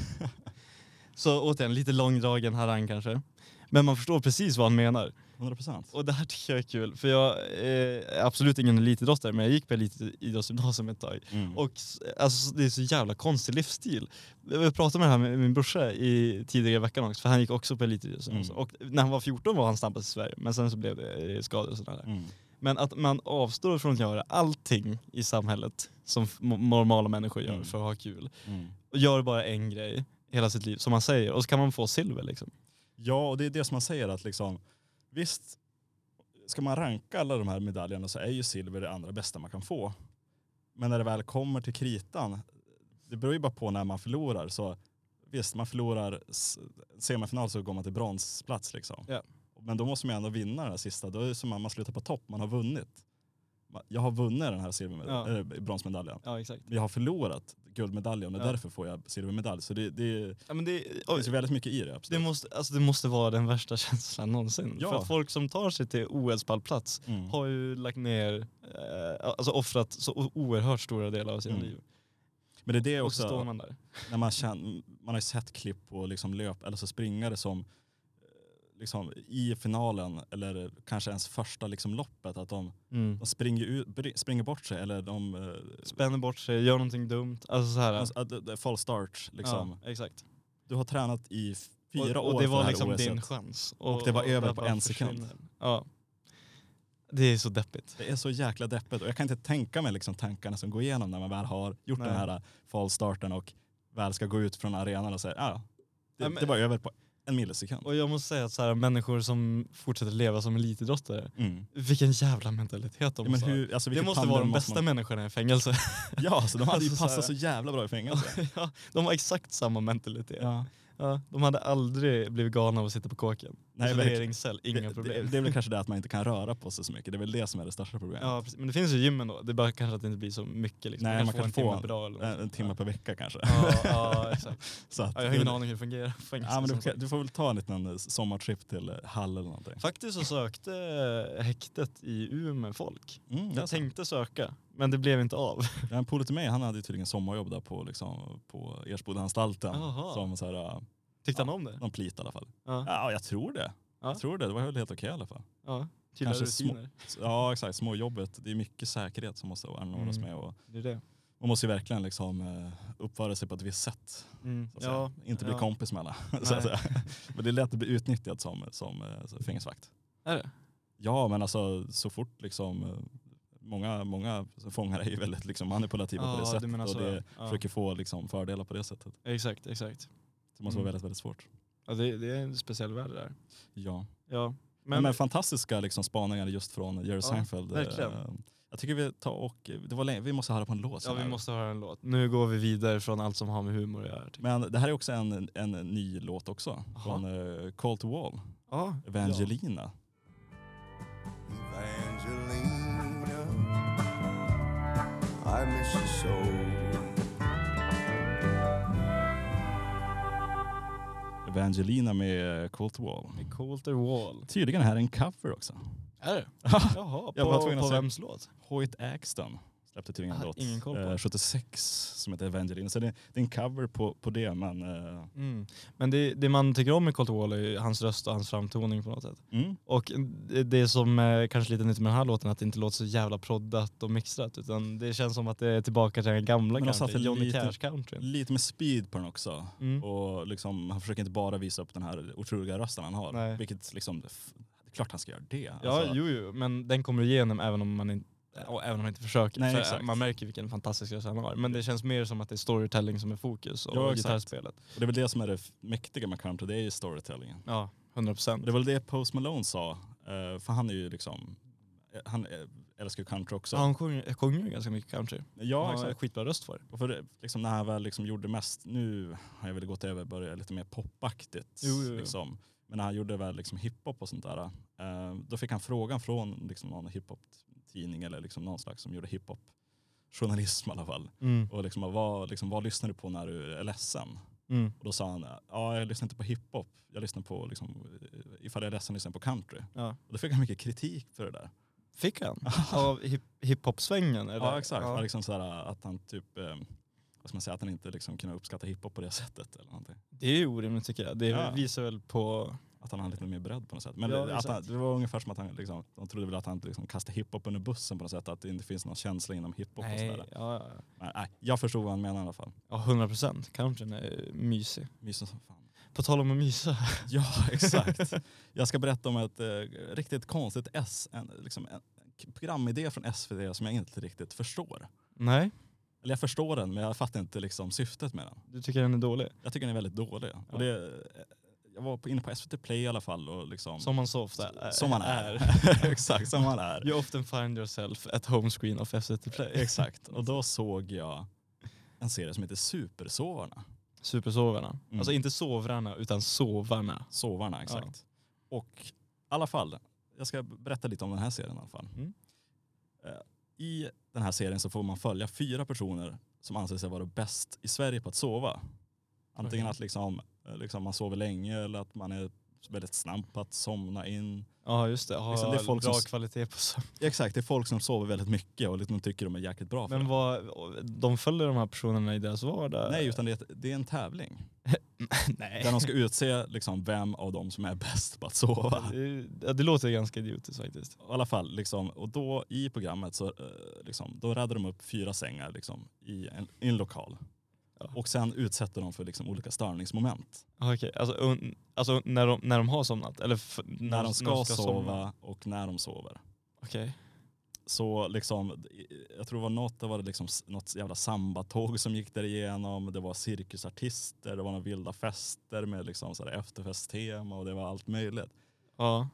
Så återigen, lite långdragen harang kanske. Men man förstår precis vad han menar. hundra procent. Och det här tycker jag är kul. För jag är absolut ingen elitidrottare, men jag gick på elitidrottsgymnasium ett tag. Mm. Och alltså, det är så jävla konstig livsstil. Jag pratade med det här med min brorsa i tidigare i veckan också, för han gick också på elitidrottsgymnasium. Mm. Och när han var fjorton var han snabbast i Sverige, men sen så blev det skador och sådär. Mm. Men att man avstår från att göra allting i samhället som f- normala människor gör Mm. för att ha kul. Mm. Och gör bara en grej hela sitt liv, som man säger. Och så kan man få silver liksom. Ja, och det är det som man säger att liksom, visst, ska man ranka alla de här medaljerna så är ju silver det andra bästa man kan få. Men när det väl kommer till kritan, det beror ju bara på när man förlorar. Så visst, man förlorar s- semifinal så går man till bronsplats liksom. Ja. Men då måste man ändå vinna den här sista. Då är det som att man slutar på topp, man har vunnit. jag har vunnit den här silvermedaljen, Ja. äh, bronsmedaljen. Ja, exakt. Jag har förlorat guldmedaljen och Ja. därför får jag silvermedalj. Så det, det, Ja, men det, det finns ju väldigt mycket i det. Absolut. det, måste, alltså det måste vara den värsta känslan någonsin. Ja. För att folk som tar sig till O S-pallplats Mm. har ju lagt ner, eh, alltså offrat så oerhört stora delar av sina Mm. liv. Men det är det Och så också, står man där. när man, känner, man har ju sett klipp på liksom löp, eller så springare som liksom, i finalen, eller kanske ens första liksom, loppet, att de, Mm. de springer, ut, springer bort sig, eller de... eh, Spänner bort sig, gör någonting dumt. Alltså så här. Alltså, att det är fall start. Liksom. Ja, exakt. Du har tränat i fyra och, år och det för var här liksom O S et. din chans. Och det var över där på bara en sekund. försvinner. Ja. Det är så deppigt. Det är så jäkla deppigt. Och jag kan inte tänka mig liksom tankarna som går igenom när man väl har gjort Nej. den här fallstarten och väl ska gå ut från arenan och säga ja, det, Ja, men- det var över på en millisekund. Och jag måste säga att så här, människor som fortsätter leva som elitidrottare, Mm. vilken jävla mentalitet de Ja, men måste ha. hur, alltså, Det vilket måste tandem vara de måste bästa man... människorna i fängelse. Ja, så de hade ju Alltså, så passat så här- jävla bra i fängelse. Ja, de har exakt samma mentalitet. Ja. Ja, de hade aldrig blivit galna av att sitta på kåken. Nej, Isoleringscell, inga Det, det, problem. det är väl kanske det att man inte kan röra på sig så mycket. Det är väl det som är det största problemet. Ja, precis. Men det finns ju gymmen då. Det är bara kanske att det inte blir så mycket. Liksom. Nej, man få kan en få timme en, per dag. Eller en, något. en timme per vecka kanske. Ja, ja, exakt. Så att, Ja, jag har ingen aning hur det fungerar. Fängelse, Ja, men som du, sagt. du får väl ta en liten sommartrip till Hall eller någonting. Faktiskt så sökte häktet i Umeå folk. Mm, Jag tänkte söka, men det blev inte av. Jag har en polare till mig, han hade ju tydligen sommarjobb där på, liksom, på Ersbodanstalten. Jaha. Som så här, Tyckte Ja. han om det? någon plit i alla fall. Ja. Ja, jag tror det. Ja. Jag tror det. Det var väl helt okej i alla fall. Ja. Tydliga Kanske små- rutiner. Ja, exakt. Småjobbet. Det är mycket säkerhet som måste anordnas Mm. med. Och Det är det. man måste ju verkligen liksom, eh, uppföra sig på ett visst sätt. Mm. Så att säga. Inte bli ja. kompis med alla. så att säga. Men det är lätt att bli utnyttjad som, som eh, fängelsevakt. Är det? Ja, men alltså så fort liksom... eh, Många, många fångar är ju väldigt liksom, manipulativa Ja, på det du sättet. menar Och så, det ja. försöker få liksom, fördelar på det sättet. Exakt, exakt. Det måste Mm. vara väldigt, väldigt svårt. Ja, det, det är en speciell värld där. Ja. Ja. Men, Men, men fantastiska liksom, spaningar just från Jerry Seinfeld. verkligen. Eh, Jag tycker vi tar och... Det var länge, vi måste höra på en låt. ja, sen vi här. måste höra en låt. Nu går vi vidare från allt som har med humor att göra. tycker jag. Men det här är också en, en ny låt också. Aha. Från uh, Call to Wall. Ja, Evangelina. Evangelina, I miss you so. Evangelina med uh, Call to Wall. Med Coulter Wall. Tydligen här en cover också. Är det? Jaha, Jag var på, tvungen att på säga- vems låt? Hoyt Axton släppte tydligen en Ah, låt. ingen koll på. eh, sjuttiosex som heter Evangelina. Så det, det är en cover på, på det. Men, eh, Mm. Men det, det man tycker om med Coulter Wall är ju hans röst och hans framtoning på något sätt. mm. Och det, det som är kanske lite nytt med den här låten är att det inte låter så jävla proddat och mixat, utan det känns som att det är tillbaka till den gamla Men de satte country, Johnny lite- Cash country. Lite med speed på den också. Mm. Och liksom, han försöker inte bara visa upp den här otroliga rösten han har. Nej. Vilket liksom, det är klart han ska göra det. Ja, Alltså, jo, jo, men den kommer igenom även om man inte och även om man inte försöker. Nej, För exakt. man märker vilken fantastisk röst han har. Men det känns mer som att det är storytelling som är fokus och Ja, exakt. gitarrspelet. Och det är väl det som är det f- mäktiga med country, det är ju storytellingen. Ja, hundra procent. Det var väl det Post Malone sa, eh, för han är ju liksom, eh, han eh, älskar ju country också. Han sjunger, sjunger ju ganska mycket country. Ja, Han har exakt. skitbra röst för det. Och för det, liksom, när han väl liksom gjorde mest, nu har jag väl gått över och börjat lite mer popaktigt. Jo, jo, jo. Liksom. Men när han gjorde väl liksom hiphop och sånt där, eh, då fick han frågan från liksom, någon hiphop-tidning eller liksom någon slags som gjorde hiphop-journalism i alla fall. Mm. Och liksom, vad, liksom, vad lyssnar du på när du är ledsen? Mm. Och då sa han, ja jag lyssnar inte på hiphop, jag lyssnar på, liksom, ifall jag är ledsen lyssnar jag på country. Ja. Och då fick han mycket kritik för det där. Fick han? Av hip, hiphop-svängen? eller? Ja exakt, Ja. liksom sådär, att han typ, eh, vad ska man säga, att han inte liksom kunde uppskatta hiphop på det sättet eller någonting. Det är ju orimligt tycker jag. Det Ja. visar väl på... Att han hade lite mer bredd på något sätt. Men Ja, det, att exakt. han, det var ungefär som att han liksom, de trodde väl att han liksom kastade hiphop under bussen på något sätt, att det inte finns någon känsla inom hiphop och Nej, sådär. ja, ja. Men, nej, jag förstod vad han menade i alla fall. Ja, hundra procent. Countryn är mysig. Mysen som fan. På tal om att mysa. Ja, exakt. Jag ska berätta om ett eh, riktigt konstigt S, en, liksom en programidé från S V T som jag inte riktigt förstår. Nej, Eller jag förstår den, men jag fattar inte liksom syftet med den. du tycker den är dålig. Jag tycker den är väldigt dålig. Ja. Och det, jag var på- inne på S V T Play i alla fall. Och liksom, Som man så ofta är. som man är. Exakt, som man är. You often find yourself at home screen of S V T Play. Exakt. Och då såg jag en serie som heter Supersovarna. Supersovarna. Mm. Alltså inte sovrarna utan sovarna. Sovarna, exakt. Och i alla fall, jag ska berätta lite om den här serien i alla fall. Mm. Eh, i den här serien så får man följa fyra personer som anser sig vara bäst i Sverige på att sova. Antingen okay. att liksom, liksom man sover länge eller att man är väldigt snabb på att somna in. Ja, just det. Ha liksom det är folk bra som, kvalitet på sömn. Exakt, det är folk som sover väldigt mycket och liksom tycker de är jäkligt bra för Men vad, de följer de här personerna i deras vardag? Nej, utan det är, det är en tävling. Nej. Där de ska utse liksom vem av dem som är bäst på att sova. Det, det låter ganska idiotiskt faktiskt. I alla fall, liksom, och då i programmet så liksom, då räddar de upp fyra sängar liksom, i, en, i en lokal. Ja. Och sen utsätter de för liksom, olika störningsmoment. Okej, okay. alltså, alltså när, de, när de har somnat? Eller f- när, när de ska, när de ska sova somna. Och när de sover. Okej. Okay. Så liksom, jag tror det var något, det var liksom något jävla sambatåg som gick där igenom. Det var cirkusartister, det var några vilda fester med liksom så här efterfesttema och det var allt möjligt. Ja,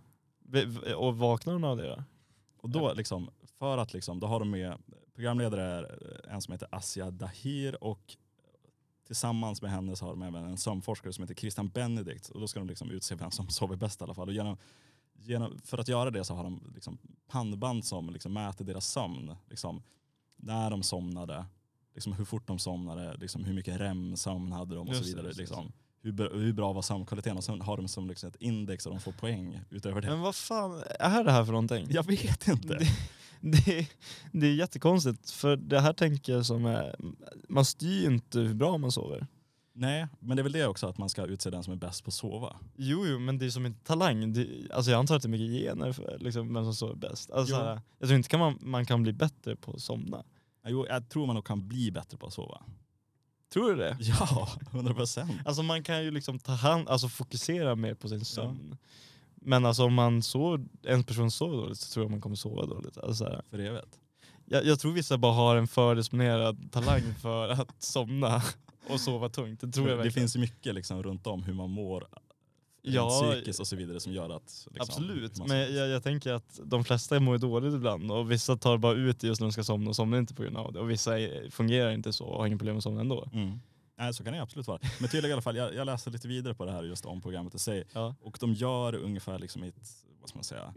och vaknar de av det då? Och då liksom, för att liksom, då har de med, programledare är en som heter Asia Dahir och tillsammans med henne så har de även en sömnforskare som heter Christian Benedict och då ska de liksom utse vem som sover bäst i alla fall. Och genom Genom, för att göra det så har de liksom pannband som liksom mäter deras sömn. Liksom, när de somnade, liksom hur fort de somnade, liksom hur mycket R E M-sömn hade de och så vidare. Liksom, hur, hur bra var sömnkvaliteten och sen har de som liksom ett index och de får poäng utöver det. Men vad fan är det här för någonting? Jag vet inte. Det, det, det är jättekonstigt för det här tänker jag som är, man styr inte hur bra man sover. Nej, men det är väl det också att man ska utse den som är bäst på att sova. Jo, jo men det är som en talang. Det, alltså jag antar att det är mycket gener för liksom, vem som sover bäst. Alltså, här, jag tror inte kan man, man kan bli bättre på att somna. Jo, jag tror man nog kan bli bättre på att sova. Tror du det? Ja, hundra procent. Alltså man kan ju liksom ta hand, alltså fokusera mer på sin sömn. Ja. Men alltså om man sov, en person sover dåligt så tror jag man kommer sova dåligt. Alltså, här, för evigt. Jag, jag tror vissa bara har en fördisponerad talang för att somna. Och sova tungt, det tror jag verkligen. Det finns ju mycket liksom runt om hur man mår, ja, psykiskt och så vidare som gör att... Liksom, absolut, men jag, jag tänker att de flesta mår dåligt ibland och vissa tar bara ut just när de ska somna och somnar inte på grund av det. Och vissa är, fungerar inte så och har ingen problem med att somna ändå. Mm. Nej, så kan det absolut vara. Men tydligen i alla fall, jag, jag läste lite vidare på det här just om programmet i sig. Ja. Och de gör ungefär liksom i ett, vad ska man säga,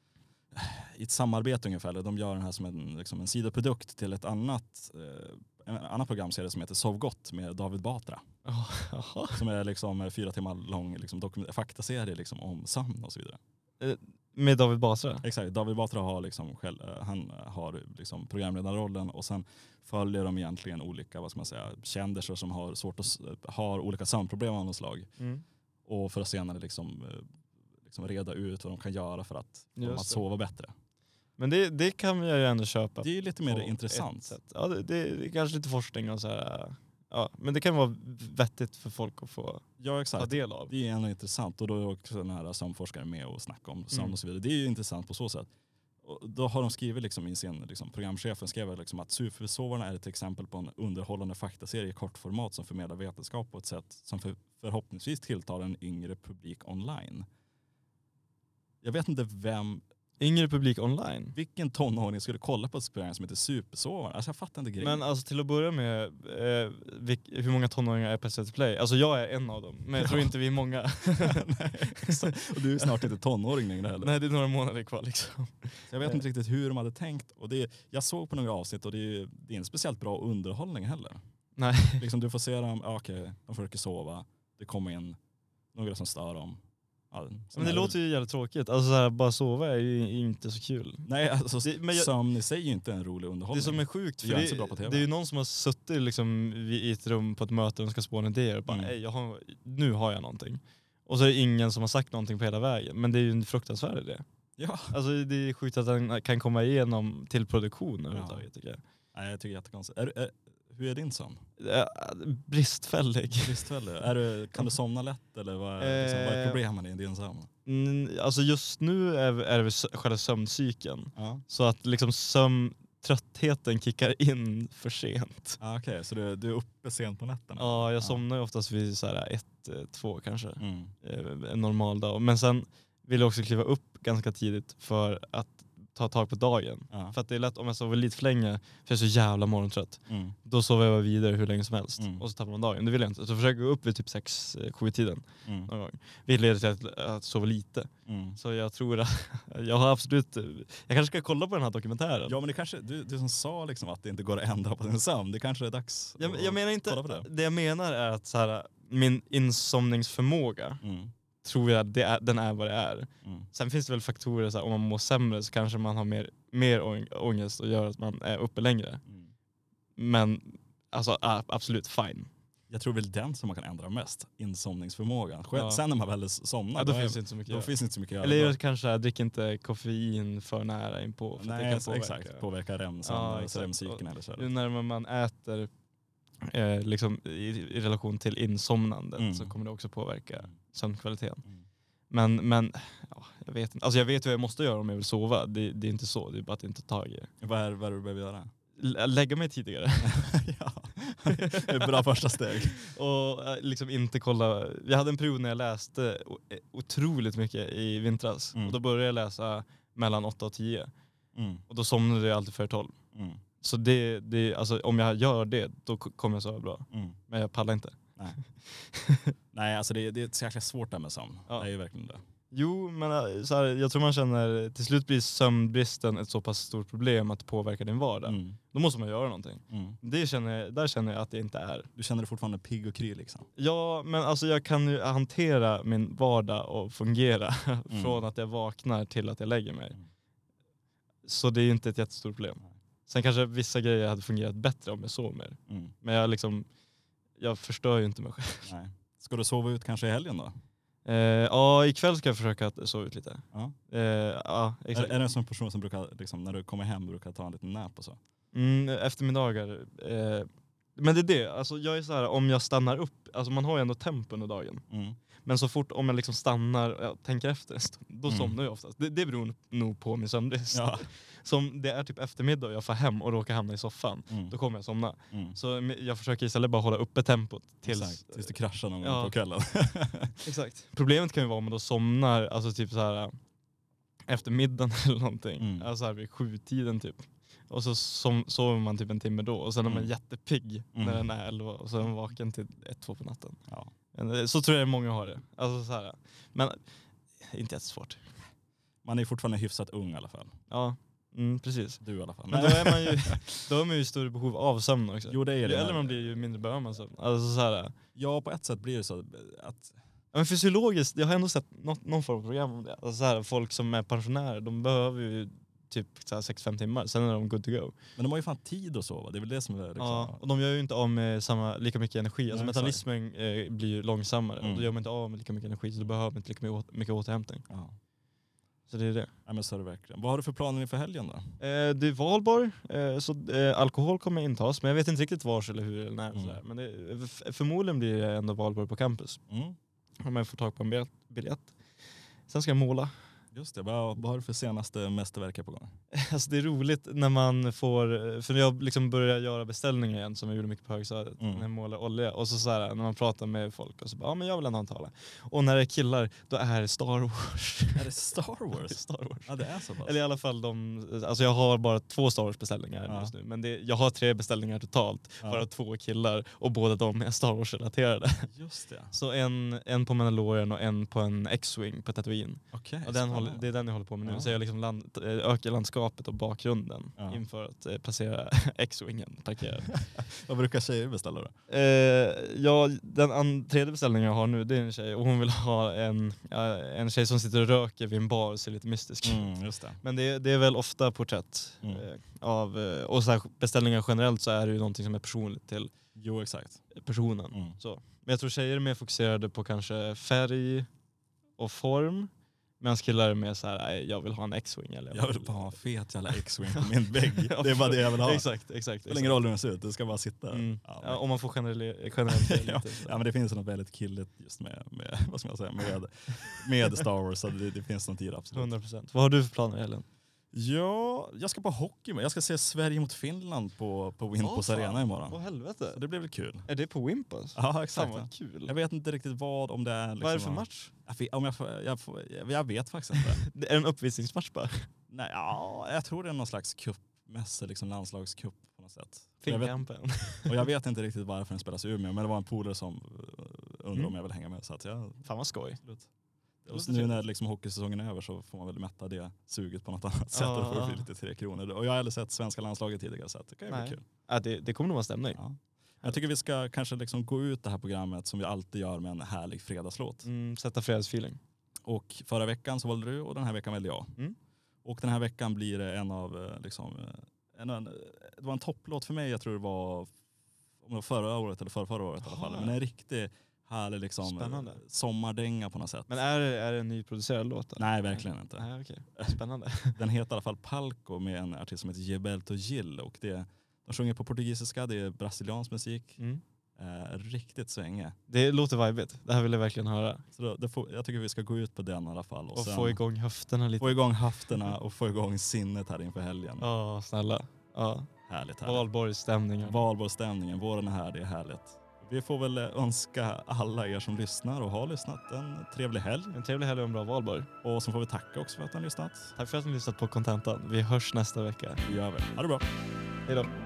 i ett samarbete ungefär. De gör den här som en, liksom en sidoprodukt till ett annat... Eh, en annan programserie som heter Sov gott med David Batra. Oh, som är liksom fyra timmar lång liksom, dokument- faktaserie liksom, om sömn och så vidare. Eh, med David Batra? Exakt, David Batra har, liksom, själv, han har liksom, programledarrollen och sen följer de egentligen olika, vad ska man säga, kändisar som har, svårt att, har olika sömnproblem av något slag. Mm. Och för att senare liksom, liksom reda ut vad de kan göra för att, för att sova bättre. Men det, det kan jag ju ändå köpa. Det är lite mer intressant. Ja, det, det, det är kanske lite forskning och så här. Ja, men det kan vara vettigt för folk att få ja, exakt. ta del av. Det är ändå intressant och då är också den här sömnforskaren med och snackar om sömn mm. och så vidare. Det är ju intressant på så sätt. Och då har de skrivit liksom i sin liksom, programchefen skrev liksom att Supersovarna är ett exempel på en underhållande faktaserie i kortformat som förmedlar vetenskap på ett sätt som för, förhoppningsvis tilltalar en yngre publik online. Jag vet inte vem Yngre publik online. Vilken tonåring skulle kolla på ett program som heter Supersovarna? Alltså jag fattar inte grejen. Men alltså till att börja med, eh, vilk, hur många tonåringar är på S V T Play? Alltså jag är en av dem, men jag ja. tror inte vi är många. Nej, så, och du är snart inte tonåring längre heller. Nej, det är några månader kvar liksom. Så jag vet inte riktigt hur de hade tänkt. Och det, jag såg på några avsnitt och det är, det är inte speciellt bra underhållning heller. Nej. Liksom du får se dem, ja, okej, de försöker sova. Det kommer in några som stör dem. Ja, men det låter ju jävligt tråkigt. Alltså så här, bara sova är ju inte så kul. Nej, alltså det, men jag, sömn i sig är ju inte en rolig underhållning. Det som är sjukt, för det, det, det är ju någon som har suttit liksom i ett rum på ett möte och ska spåna idéer och bara, mm. jag har, nu har jag någonting. Och så är det ingen som har sagt någonting på hela vägen. Men det är ju en fruktansvärd idé. Ja. Alltså det är sjukt att den kan komma igenom till produktion överhuvudtaget, tycker jag. Nej, jag tycker det är jättekonstigt. Är, är, hur är din sömn? Bristfällig. Bristfällig. Är du, kan du somna lätt eller vad är, liksom, vad är problemen i din sömn? Mm, alltså just nu är, är det själva sömncykeln. Ja. Så att liksom sömn, tröttheten kickar in för sent. Ah, Okej, okay. Så du, du är uppe sent på nätterna? Ja, jag somnar ju oftast vid så här ett, två kanske. Mm. En normal dag. Men sen vill jag också kliva upp ganska tidigt för att ta tag på dagen. Ja. För att det är lätt om jag sover lite för länge, för jag är så jävla morgontrött. Mm. Då sover jag vidare hur länge som helst. Mm. Och så tappar man dagen. Det vill jag inte. Så försöker jag gå upp vid typ sex sju tiden. Mm. Någon gång. Vilket leder till att, att sova lite. Mm. Så jag tror att jag har absolut... Jag kanske ska kolla på den här dokumentären. Ja, men det kanske, du, du som sa liksom att det inte går att ändra på sin sömn. Det kanske är dags jag, att jag menar inte... kolla på det. Det jag menar är att så här, min insomningsförmåga Mm. tror jag det är, den är vad det är. Mm. Sen finns det väl faktorer, så här, om man mår sämre så kanske man har mer, mer ång- ångest och gör att man är uppe längre. Mm. Men alltså a- absolut fine. Jag tror väl den som man kan ändra mest, insomningsförmågan. Själv, Ja. Sen när man väl somnar, Ja, då då, finns är, det inte så mycket då att finns det inte så mycket att göra. göra. Eller kanske drick inte koffein för nära in på. För Nej, att det kan så, påverka. exakt. Påverka R E M-sömn, Ja, ja, exakt. REM-cykeln eller så. Ju närmare man äter eh, liksom, i, i relation till insomnandet Mm. så kommer det också påverka sömnkvaliteten. Mm. Men, men ja, jag vet inte. Alltså jag vet vad jag måste göra om jag vill sova. Det, det är inte så, det är bara att inte ta tag i det. Vad är, vad är det du behöver göra? L- lägga mig tidigare. Ja, det är ett bra första steg. Och eh, liksom inte kolla. Jag hade en period när jag läste o- otroligt mycket i vintras. Mm. Och då började jag läsa mellan åtta och tio. Mm. Och då somnade jag alltid före tolv. Mm. Så det, det, alltså, om jag gör det, då k- kommer jag sova bra. Mm. Men jag pallar inte. Nej. Nej, alltså det, det är så jäkla svårt där med sömn. Ja. Det är ju verkligen det. Jo, men äh, så här, jag tror man känner, till slut blir sömnbristen ett så pass stort problem att påverka din vardag. Mm. Då måste man göra någonting. Mm. Det känner, jag- där känner jag att det inte är. Du känner dig fortfarande pigg och kry liksom? Ja, men alltså jag kan ju hantera min vardag och fungera Mm. från att jag vaknar till att jag lägger mig. Mm. Så det är inte ett jättestort problem. Nej. Sen kanske vissa grejer hade fungerat bättre om jag sov mer. Mm. Men jag liksom, jag förstör ju inte mig själv. Nej. Ska du sova ut kanske i helgen då? Eh, ja, ikväll ska jag försöka att sova ut lite. Ja. Eh, ja, Är, exakt. är det en sån person som brukar, liksom, när du kommer hem, brukar ta en liten nap och så? Mm, eftermiddagar. Eh, men det är det, alltså jag är så här, om jag stannar upp, alltså man har ju ändå tempo under dagen. Mm. Men så fort om jag liksom stannar och ja, tänker efter, då Mm. somnar jag oftast. Det, det beror nog på min sömnbrist. Ja. Som det är typ eftermiddag och jag får hem och råkar hamna i soffan, Mm. då kommer jag somna. Mm. Så jag försöker istället bara hålla uppe tempot tills... Exakt, tills du kraschar någon Ja. gång på kvällen. Exakt. Problemet kan ju vara om man då somnar, alltså typ så här efter middagen eller någonting. Mm. Alltså här vid sjutiden typ. Och så som, sover man typ en timme då och sen är man Mm. jättepigg Mm. när den är elva och så är man vaken till ett, två på natten. Ja. Men, så tror jag många har det. Alltså så här. Men inte jättesvårt. Man är fortfarande hyfsat ung i alla fall. Ja, mm, precis. Du i alla fall. Men då är man ju då är man ju i större behov av sömn också. Jo, det är det. Ju äldre man blir ju mindre behöver man sömn. Alltså så här. Ja, på ett sätt blir det så att... Ja, men fysiologiskt, jag har ändå sett något, någon form av program om det. Alltså så här, folk som är pensionärer, de behöver ju typ så här sex fem timmar, sen är de good to go. Men de har ju fan tid att sova, det är väl det som är liksom... Ja, och de gör ju inte av med samma, lika mycket energi. Alltså Nej, metabolismen eh, blir ju långsammare Mm. och då gör man inte av med lika mycket energi så då behöver man inte lika mycket, mycket återhämtning. Ja. Så det är det. Ja, men så är det verkligen. Vad har du för planer inför helgen då? Eh, det är valborg, eh, så eh, alkohol kommer intas, men jag vet inte riktigt vars eller hur eller när. Mm. Sådär. Men det, f- förmodligen blir det ändå valborg på campus. Mm. Om jag får tag på en biljett. biljett. Sen ska jag måla. Just det, vad, vad har du för senaste mästerverk på gång? Alltså det är roligt när man får, för jag liksom börjar göra beställningar igen som jag gjorde mycket på högstadiet Mm. när jag målar olja. Och så, så här, när man pratar med folk och så bara, ja men jag vill ändå ha en tavla. Och när det är killar, då är det Star Wars. Är det Star Wars? Star Wars. Ja, det är så pass. Eller i alla fall de, alltså jag har bara två Star Wars beställningar Ja. just nu. Men det, jag har tre beställningar totalt, Ja. bara två killar och båda de är Star Wars-relaterade. Just det. Så en, en på Mandalorian och en på en X-Wing på Tatooine. Okej. Och den håller, spännande. det är den jag håller på med nu. Ja. Så jag liksom land, ökar landskapet och bakgrunden Ja. inför att eh, placera X-Wingen parkerad. Vad brukar tjejer beställa då? eh, ja, den an, tredje beställningen jag har nu, det är en tjej. Och hon vill ha en, ja, en tjej som sitter och röker vid en bar och ser lite mystisk. Mm, just det. Men det, det är väl ofta porträtt. Mm. Eh, av, eh, och så här, beställningar generellt så är det ju någonting som är personligt till Jo, exakt. personen. Mm. Så. Men jag tror tjejer är mer fokuserade på kanske färg och form. Medan killar är mer så här, nej, jag vill ha en X-Wing. Eller Jag vill bara ha en fet jävla X-Wing på min vägg. Det är bara det jag vill ha. Exakt, exakt. Det spelar ingen roll hur den ser ut, det ska bara sitta. Mm. Ja, Ja, om man får generell- generellt ja, lite. så. ja, men det finns något väldigt killigt just med, med vad ska man säga, med, med Star Wars. Så det, det finns något i det, absolut. hundra procent. Vad har du för planer, Helen? Ja, jag ska på hockey. Jag ska se Sverige mot Finland på, på Wimpos Åh, fan. Arena imorgon. Åh helvete. Så det blir väl kul. Är det på Wimpos? Ja, Fan exakt. vad kul. Jag vet inte riktigt vad, om det är... Liksom, Vad är det för match? Jag, vet- om jag, får- jag, får- jag vet faktiskt inte. Det är en uppvisningsmatch bara. Nej, ja, jag tror det är någon slags cupmässa, liksom landslagscup på något sätt. Finkampen. Och, jag och jag vet inte riktigt varför den spelas i Umeå, men det var en polare som undrar mm. om jag vill hänga med. Så att jag, fan vad skoj. Och nu när liksom hockeysäsongen är över så får man väl mätta det suget på något annat sätt. Och det får bli lite tre kronor. Och jag har aldrig sett svenska landslaget tidigare så att det kan ju bli kul. Ja, det, det kommer nog vara stämning. Ja. Jag tycker vi ska kanske liksom gå ut det här programmet som vi alltid gör med en härlig fredagslåt. Mm, sätta fredagsfeeling. Och förra veckan så valde du och den här veckan välde jag. Mm. Och den här veckan blir det en av, liksom, en, en, det var en topplåt för mig, jag tror det var, om det var förra året eller förra, förra året i alla fall. Men en riktig härlig liksom, sommardänga på något sätt. Men är, är det en nyproducerad låt? Eller? Nej, verkligen inte. Nej, okay. Spännande. Den heter i alla fall Palco med en artist som heter Gilberto Gil. Och det, de sjunger på portugisiska, det är brasiliansk musik. Mm. Eh, riktigt svänge. Det låter vibigt. Det här vill jag verkligen höra. Så då, det får, jag tycker vi ska gå ut på den i alla fall. Och, och få igång höfterna lite. Få igång höfterna och få igång sinnet här inför helgen. Ja, oh, snälla. Ja. Härligt, härligt. Valborgsstämningen. Valborgsstämningen. Våren är här, det är härligt. Vi får väl önska alla er som lyssnar och har lyssnat en trevlig helg. En trevlig helg och en bra valborg. Och så får vi tacka också för att ni har lyssnat. Tack för att ni har lyssnat på Contentan. Vi hörs nästa vecka. Det gör vi. Ha det bra. Hej då.